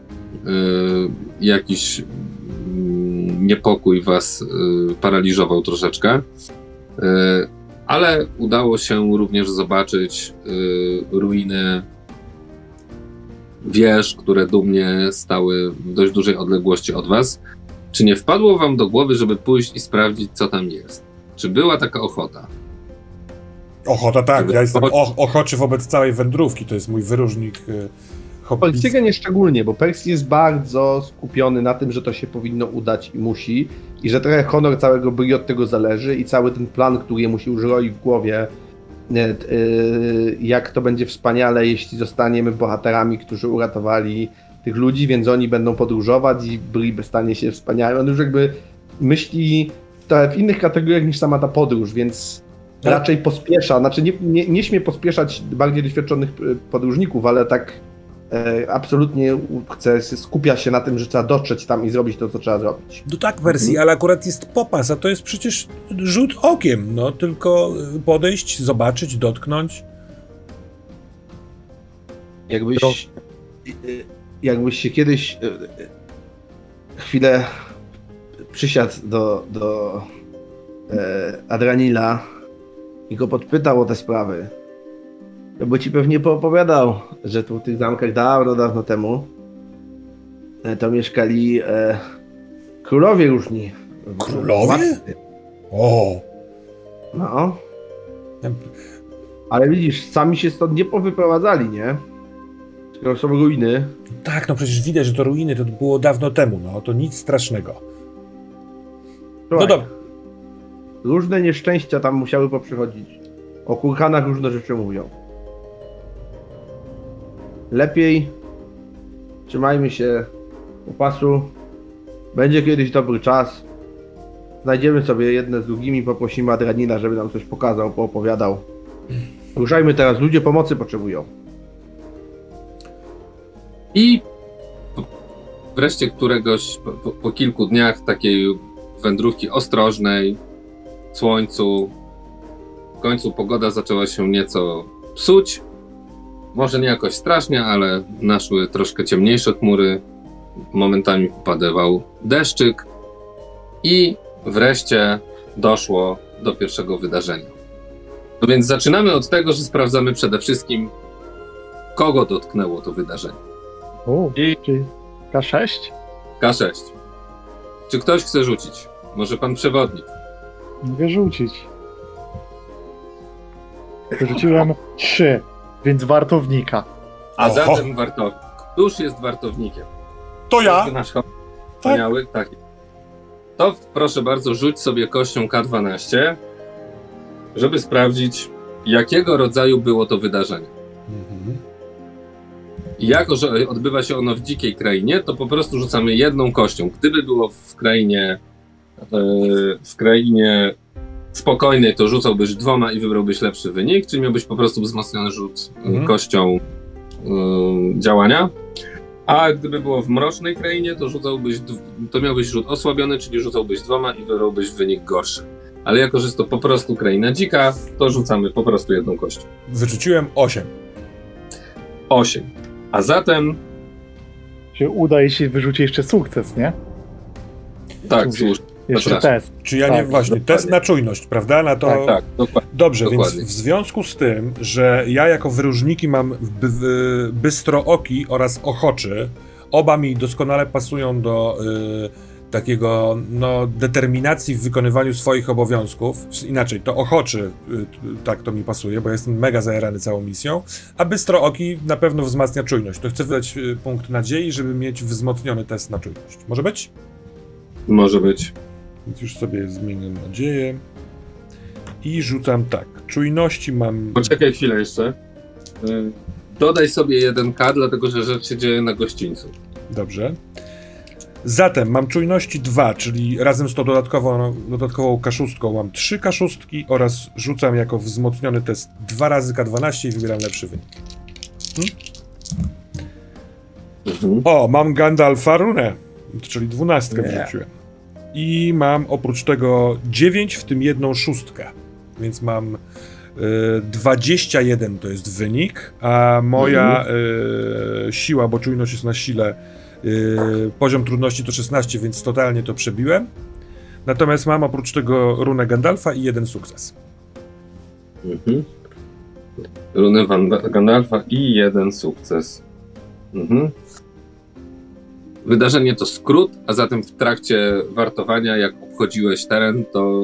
jakiś niepokój was paraliżował troszeczkę, ale udało się również zobaczyć ruiny wież, które dumnie stały w dość dużej odległości od was. Czy nie wpadło wam do głowy, żeby pójść i sprawdzić, co tam jest? Czy była taka ochota? Ochota, tak. Ja jestem ochoczy wobec całej wędrówki. To jest mój wyróżnik Polityka nie szczególnie, bo Percy jest bardzo skupiony na tym, że to się powinno udać i musi, i że trochę honor całego Bree od tego zależy i cały ten plan, który jemu się uroi w głowie, jak to będzie wspaniale, jeśli zostaniemy bohaterami, którzy uratowali tych ludzi, więc oni będą podróżować i Bree stanie się wspaniały. On już jakby myśli trochę w innych kategoriach niż sama ta podróż, więc raczej pospiesza, znaczy nie śmie pospieszać bardziej doświadczonych podróżników, ale tak absolutnie skupia się na tym, że trzeba dotrzeć tam i zrobić to, co trzeba zrobić. No tak, wersji, ale akurat jest popas, a to jest przecież rzut okiem, no tylko podejść, zobaczyć, dotknąć. Jakbyś się kiedyś chwilę przysiadł do Adranila i go podpytał o te sprawy, to by ci pewnie poopowiadał, że tu w tych zamkach dawno temu to mieszkali królowie różni. Królowie? O! No. Ale widzisz, sami się stąd nie powyprowadzali, nie? Tylko są ruiny. Tak, no przecież widać, że to ruiny, to było dawno temu, no to nic strasznego. Słuchaj, No dobra. różne nieszczęścia tam musiały poprzychodzić. O kurhanach różne rzeczy mówią. Lepiej trzymajmy się upasu. Będzie kiedyś dobry czas. Znajdziemy sobie jedne z drugimi, poprosimy Adranila, żeby nam coś pokazał, poopowiadał. Ruszajmy teraz, ludzie pomocy potrzebują. I wreszcie któregoś po kilku dniach takiej wędrówki ostrożnej, w słońcu, w końcu pogoda zaczęła się nieco psuć. Może nie jakoś strasznie, ale naszły troszkę ciemniejsze chmury. Momentami popadywał deszczyk i wreszcie doszło do pierwszego wydarzenia. No więc zaczynamy od tego, że sprawdzamy przede wszystkim, kogo dotknęło to wydarzenie. Czyli K6? K6. Czy ktoś chce rzucić? Może pan przewodnik? Mogę rzucić. Rzuciłem 3, więc wartownika. A Oho. zatem wartownik. Któż jest wartownikiem? To ja? Nasz wspaniały, tak. To proszę bardzo, rzuć sobie kością K12, żeby sprawdzić, jakiego rodzaju było to wydarzenie. Mhm. I jako, że odbywa się ono w dzikiej krainie, to po prostu rzucamy jedną kością. Gdyby było w krainie spokojnej, to rzucałbyś 2 i wybrałbyś lepszy wynik, czy miałbyś po prostu wzmocniony rzut kością działania. A gdyby było w mrocznej krainie, to miałbyś rzut osłabiony, czyli rzucałbyś 2 i wybrałbyś wynik gorszy. Ale jako, że jest to po prostu kraina dzika, to rzucamy po prostu jedną kością. Wyrzuciłem 8. 8. A zatem... Się uda, jeśli wyrzuci jeszcze sukces, nie? Tak, słusznie. Jeszcze Przepraszam. test. Czy ja Tak, nie, właśnie, dokładnie. test na czujność, prawda? Na to... Tak, dokładnie. Dobrze, Dokładnie. więc w związku z tym, że ja jako wyróżniki mam bystrooki oraz ochoczy, oba mi doskonale pasują do takiego, no, determinacji w wykonywaniu swoich obowiązków. Inaczej, to ochoczy, tak to mi pasuje, bo jestem mega zajarany całą misją, a bystrooki na pewno wzmacnia czujność. To chcę wydać punkt nadziei, żeby mieć wzmocniony test na czujność. Może być? Może być. Więc już sobie zmienię nadzieję. I rzucam tak. Czujności mam... Poczekaj chwilę jeszcze. Dodaj sobie 1K, dlatego że rzecz się dzieje na gościńcu. Dobrze. Zatem mam czujności 2, czyli razem z tą dodatkową K6 mam 3 K6 oraz rzucam jako wzmocniony test 2 razy K12 i wybieram lepszy wynik. O, mam Gandalfa Runę, czyli 12 wrzuciłem. I mam oprócz tego 9, w tym jedną 6. Więc mam 21 to jest wynik, a moja siła, bo czujność jest na sile, poziom trudności to 16, więc totalnie to przebiłem. Natomiast mam oprócz tego runę Gandalfa i 1 sukces. Runę Gandalfa i 1 sukces. Wydarzenie to skrót, a zatem w trakcie wartowania, jak obchodziłeś teren, to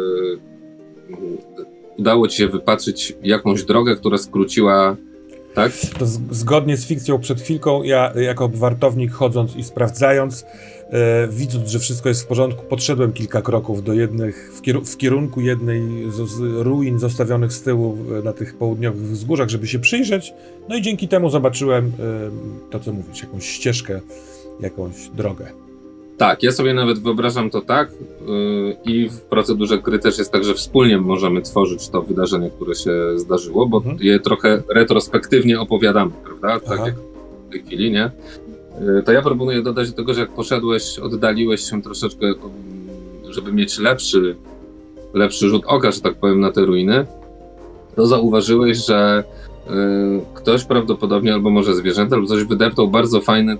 udało ci się wypatrzyć jakąś drogę, która skróciła, tak? To zgodnie z fikcją przed chwilką, ja jako wartownik chodząc i sprawdzając, widząc, że wszystko jest w porządku, podszedłem kilka kroków do w kierunku jednej z ruin zostawionych z tyłu na tych południowych wzgórzach, żeby się przyjrzeć, no i dzięki temu zobaczyłem to, co mówisz, jakąś ścieżkę, jakąś drogę. Tak, ja sobie nawet wyobrażam to tak i w procedurze gry też jest tak, że wspólnie możemy tworzyć to wydarzenie, które się zdarzyło, bo je trochę retrospektywnie opowiadamy, prawda? Tak jak w tej chwili, nie? To ja proponuję dodać do tego, że jak poszedłeś, oddaliłeś się troszeczkę, żeby mieć lepszy rzut oka, że tak powiem, na te ruiny, to zauważyłeś, że ktoś prawdopodobnie, albo może zwierzęta, albo coś wydeptał bardzo fajny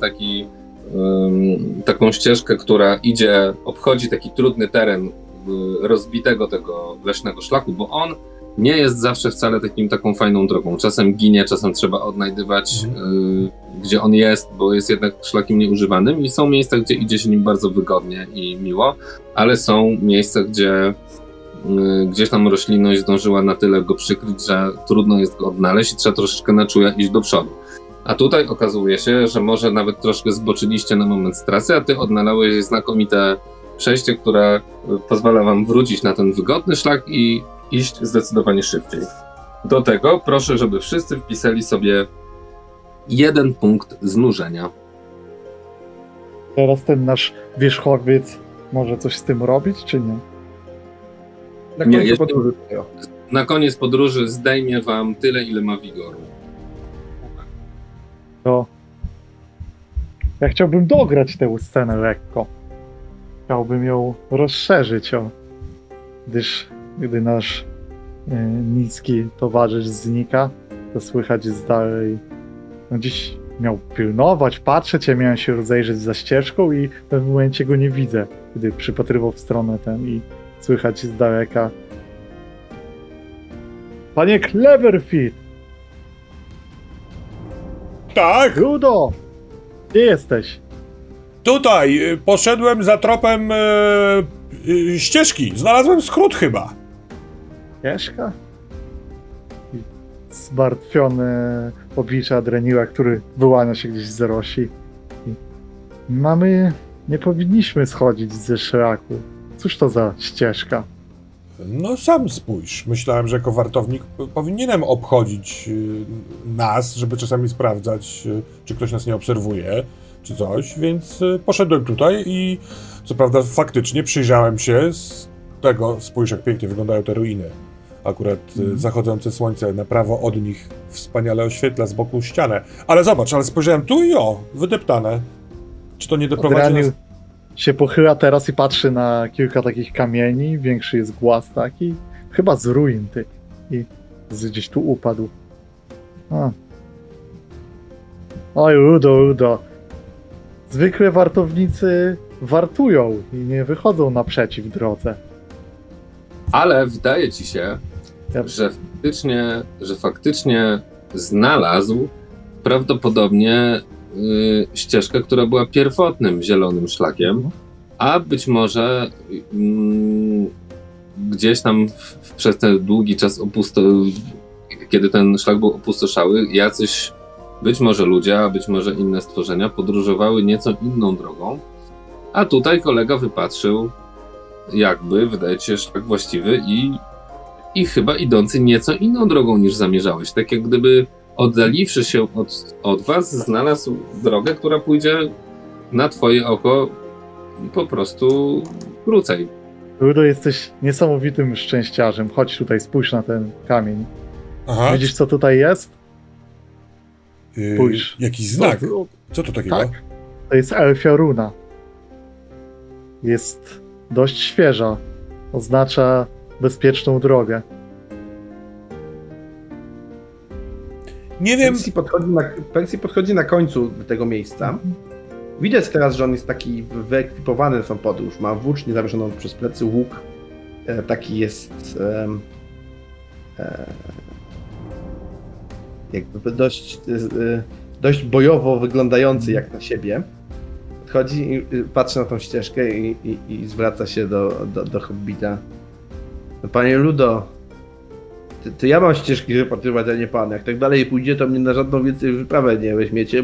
taką ścieżkę, która obchodzi taki trudny teren rozbitego tego leśnego szlaku, bo on nie jest zawsze wcale taką fajną drogą. Czasem ginie, czasem trzeba odnajdywać, gdzie on jest, bo jest jednak szlakiem nieużywanym i są miejsca, gdzie idzie się nim bardzo wygodnie i miło, ale są miejsca, gdzie gdzieś tam roślinność zdążyła na tyle go przykryć, że trudno jest go odnaleźć i trzeba troszeczkę na czuja iść do przodu. A tutaj okazuje się, że może nawet troszkę zboczyliście na moment z trasy, a ty odnalałeś znakomite przejście, które pozwala wam wrócić na ten wygodny szlak i iść zdecydowanie szybciej. Do tego proszę, żeby wszyscy wpisali sobie 1 punkt znużenia. Teraz ten nasz wierzchowiec może coś z tym robić, czy nie? Na koniec podróży zdejmie wam tyle, ile ma wigoru. To ja chciałbym dograć tę scenę lekko. Chciałbym ją rozszerzyć, gdy nasz niski towarzysz znika, to słychać z dalej. Gdzieś miał pilnować, patrzeć, ja miałem się rozejrzeć za ścieżką i w pewnym momencie go nie widzę, gdy przypatrywał w stronę tę i słychać z daleka: Panie Cleverfeet! Tak? Rudo! Gdzie jesteś? Tutaj, poszedłem za tropem ścieżki. Znalazłem skrót chyba. Ścieżka? Zmartwione oblicze Adreniła, który wyłania się gdzieś z rosi. Nie powinniśmy schodzić ze szlaku. Cóż to za ścieżka? No sam spójrz. Myślałem, że jako wartownik powinienem obchodzić nas, żeby czasami sprawdzać, czy ktoś nas nie obserwuje, czy coś, więc poszedłem tutaj i co prawda faktycznie przyjrzałem się z tego, spójrz jak pięknie wyglądają te ruiny. Akurat zachodzące słońce na prawo od nich wspaniale oświetla z boku ścianę. Ale zobacz, spojrzałem tu i wydeptane. Czy to nie doprowadzi nas... się pochyla teraz i patrzy na kilka takich kamieni, większy jest głaz taki, chyba z ruin i gdzieś tu upadł. Oj, Rudo. Zwykle wartownicy wartują i nie wychodzą naprzeciw drodze. Ale wydaje ci się, że faktycznie znalazł prawdopodobnie ścieżkę, która była pierwotnym zielonym szlakiem, a być może gdzieś tam przez ten długi czas kiedy ten szlak był opustoszały, jacyś być może ludzie, a być może inne stworzenia podróżowały nieco inną drogą, a tutaj kolega wypatrzył wydaje ci się, szlak właściwy i chyba idący nieco inną drogą niż zamierzałeś. Tak jak gdyby oddaliwszy się od was, znalazł drogę, która pójdzie na twoje oko po prostu krócej. Rudo, jesteś niesamowitym szczęściarzem. Chodź tutaj, spójrz na ten kamień. Aha. Widzisz, co tutaj jest? Spójrz. Jakiś znak. Co to takiego? Tak. To jest elfia runa. Jest dość świeża. Oznacza bezpieczną drogę. Nie wiem. Percy podchodzi na końcu tego miejsca. Widać teraz, że on jest taki wyekwipowany na tą podróż. Ma włócznię zawieszoną przez plecy, łuk. Taki jest jakby dość bojowo wyglądający jak na siebie. Podchodzi i patrzy na tą ścieżkę i zwraca się do hobbita. Panie Ludo, to ja mam ścieżki wypatrywać, a nie pan. Jak tak dalej pójdzie, to mnie na żadną więcej wyprawę nie weźmiecie,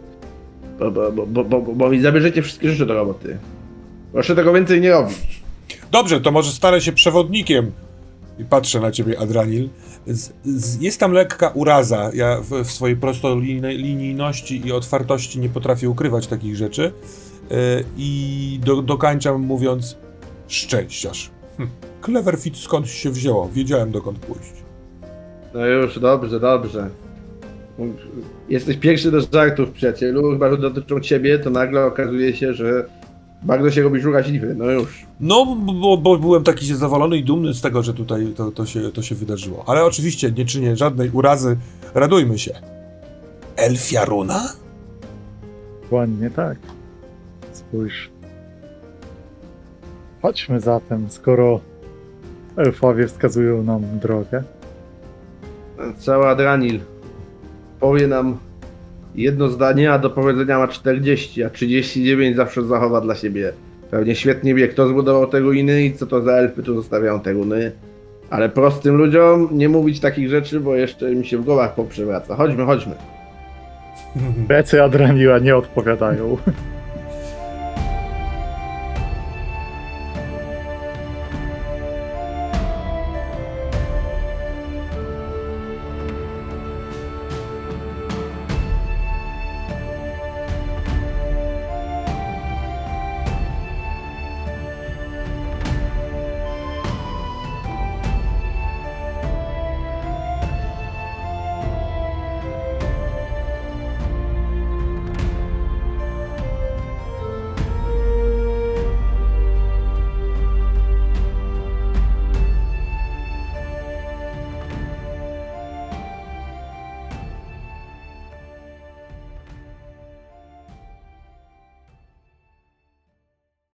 bo mi zabierzecie wszystkie rzeczy do roboty. Proszę tego więcej nie robić. Dobrze, to może stanę się przewodnikiem. I patrzę na ciebie, Adranil. Jest tam lekka uraza. Ja w swojej prostolinijności i otwartości nie potrafię ukrywać takich rzeczy. I dokańczam mówiąc: szczęściarz. Cleverfeet skąd się wzięło? Wiedziałem, dokąd pójść. No już, dobrze. Jesteś pierwszy do żartów, przyjacielu, chyba że dotyczą ciebie, to nagle okazuje się, że bardzo się robisz uraźliwy, no już. No, bo byłem taki zadowolony i dumny z tego, że tutaj to się wydarzyło. Ale oczywiście nie czynię żadnej urazy, radujmy się. Elfia runa? Dokładnie tak. Spójrz. Chodźmy zatem, skoro elfowie wskazują nam drogę. Cały Adranil powie nam jedno zdanie, a do powiedzenia ma 40, a 39 zawsze zachowa dla siebie. Pewnie świetnie wie, kto zbudował te ruiny i co to za elfy tu zostawiają te runy. Ale prostym ludziom nie mówić takich rzeczy, bo jeszcze mi się w głowach poprzewraca. Chodźmy. Plecy Adranila nie odpowiadają.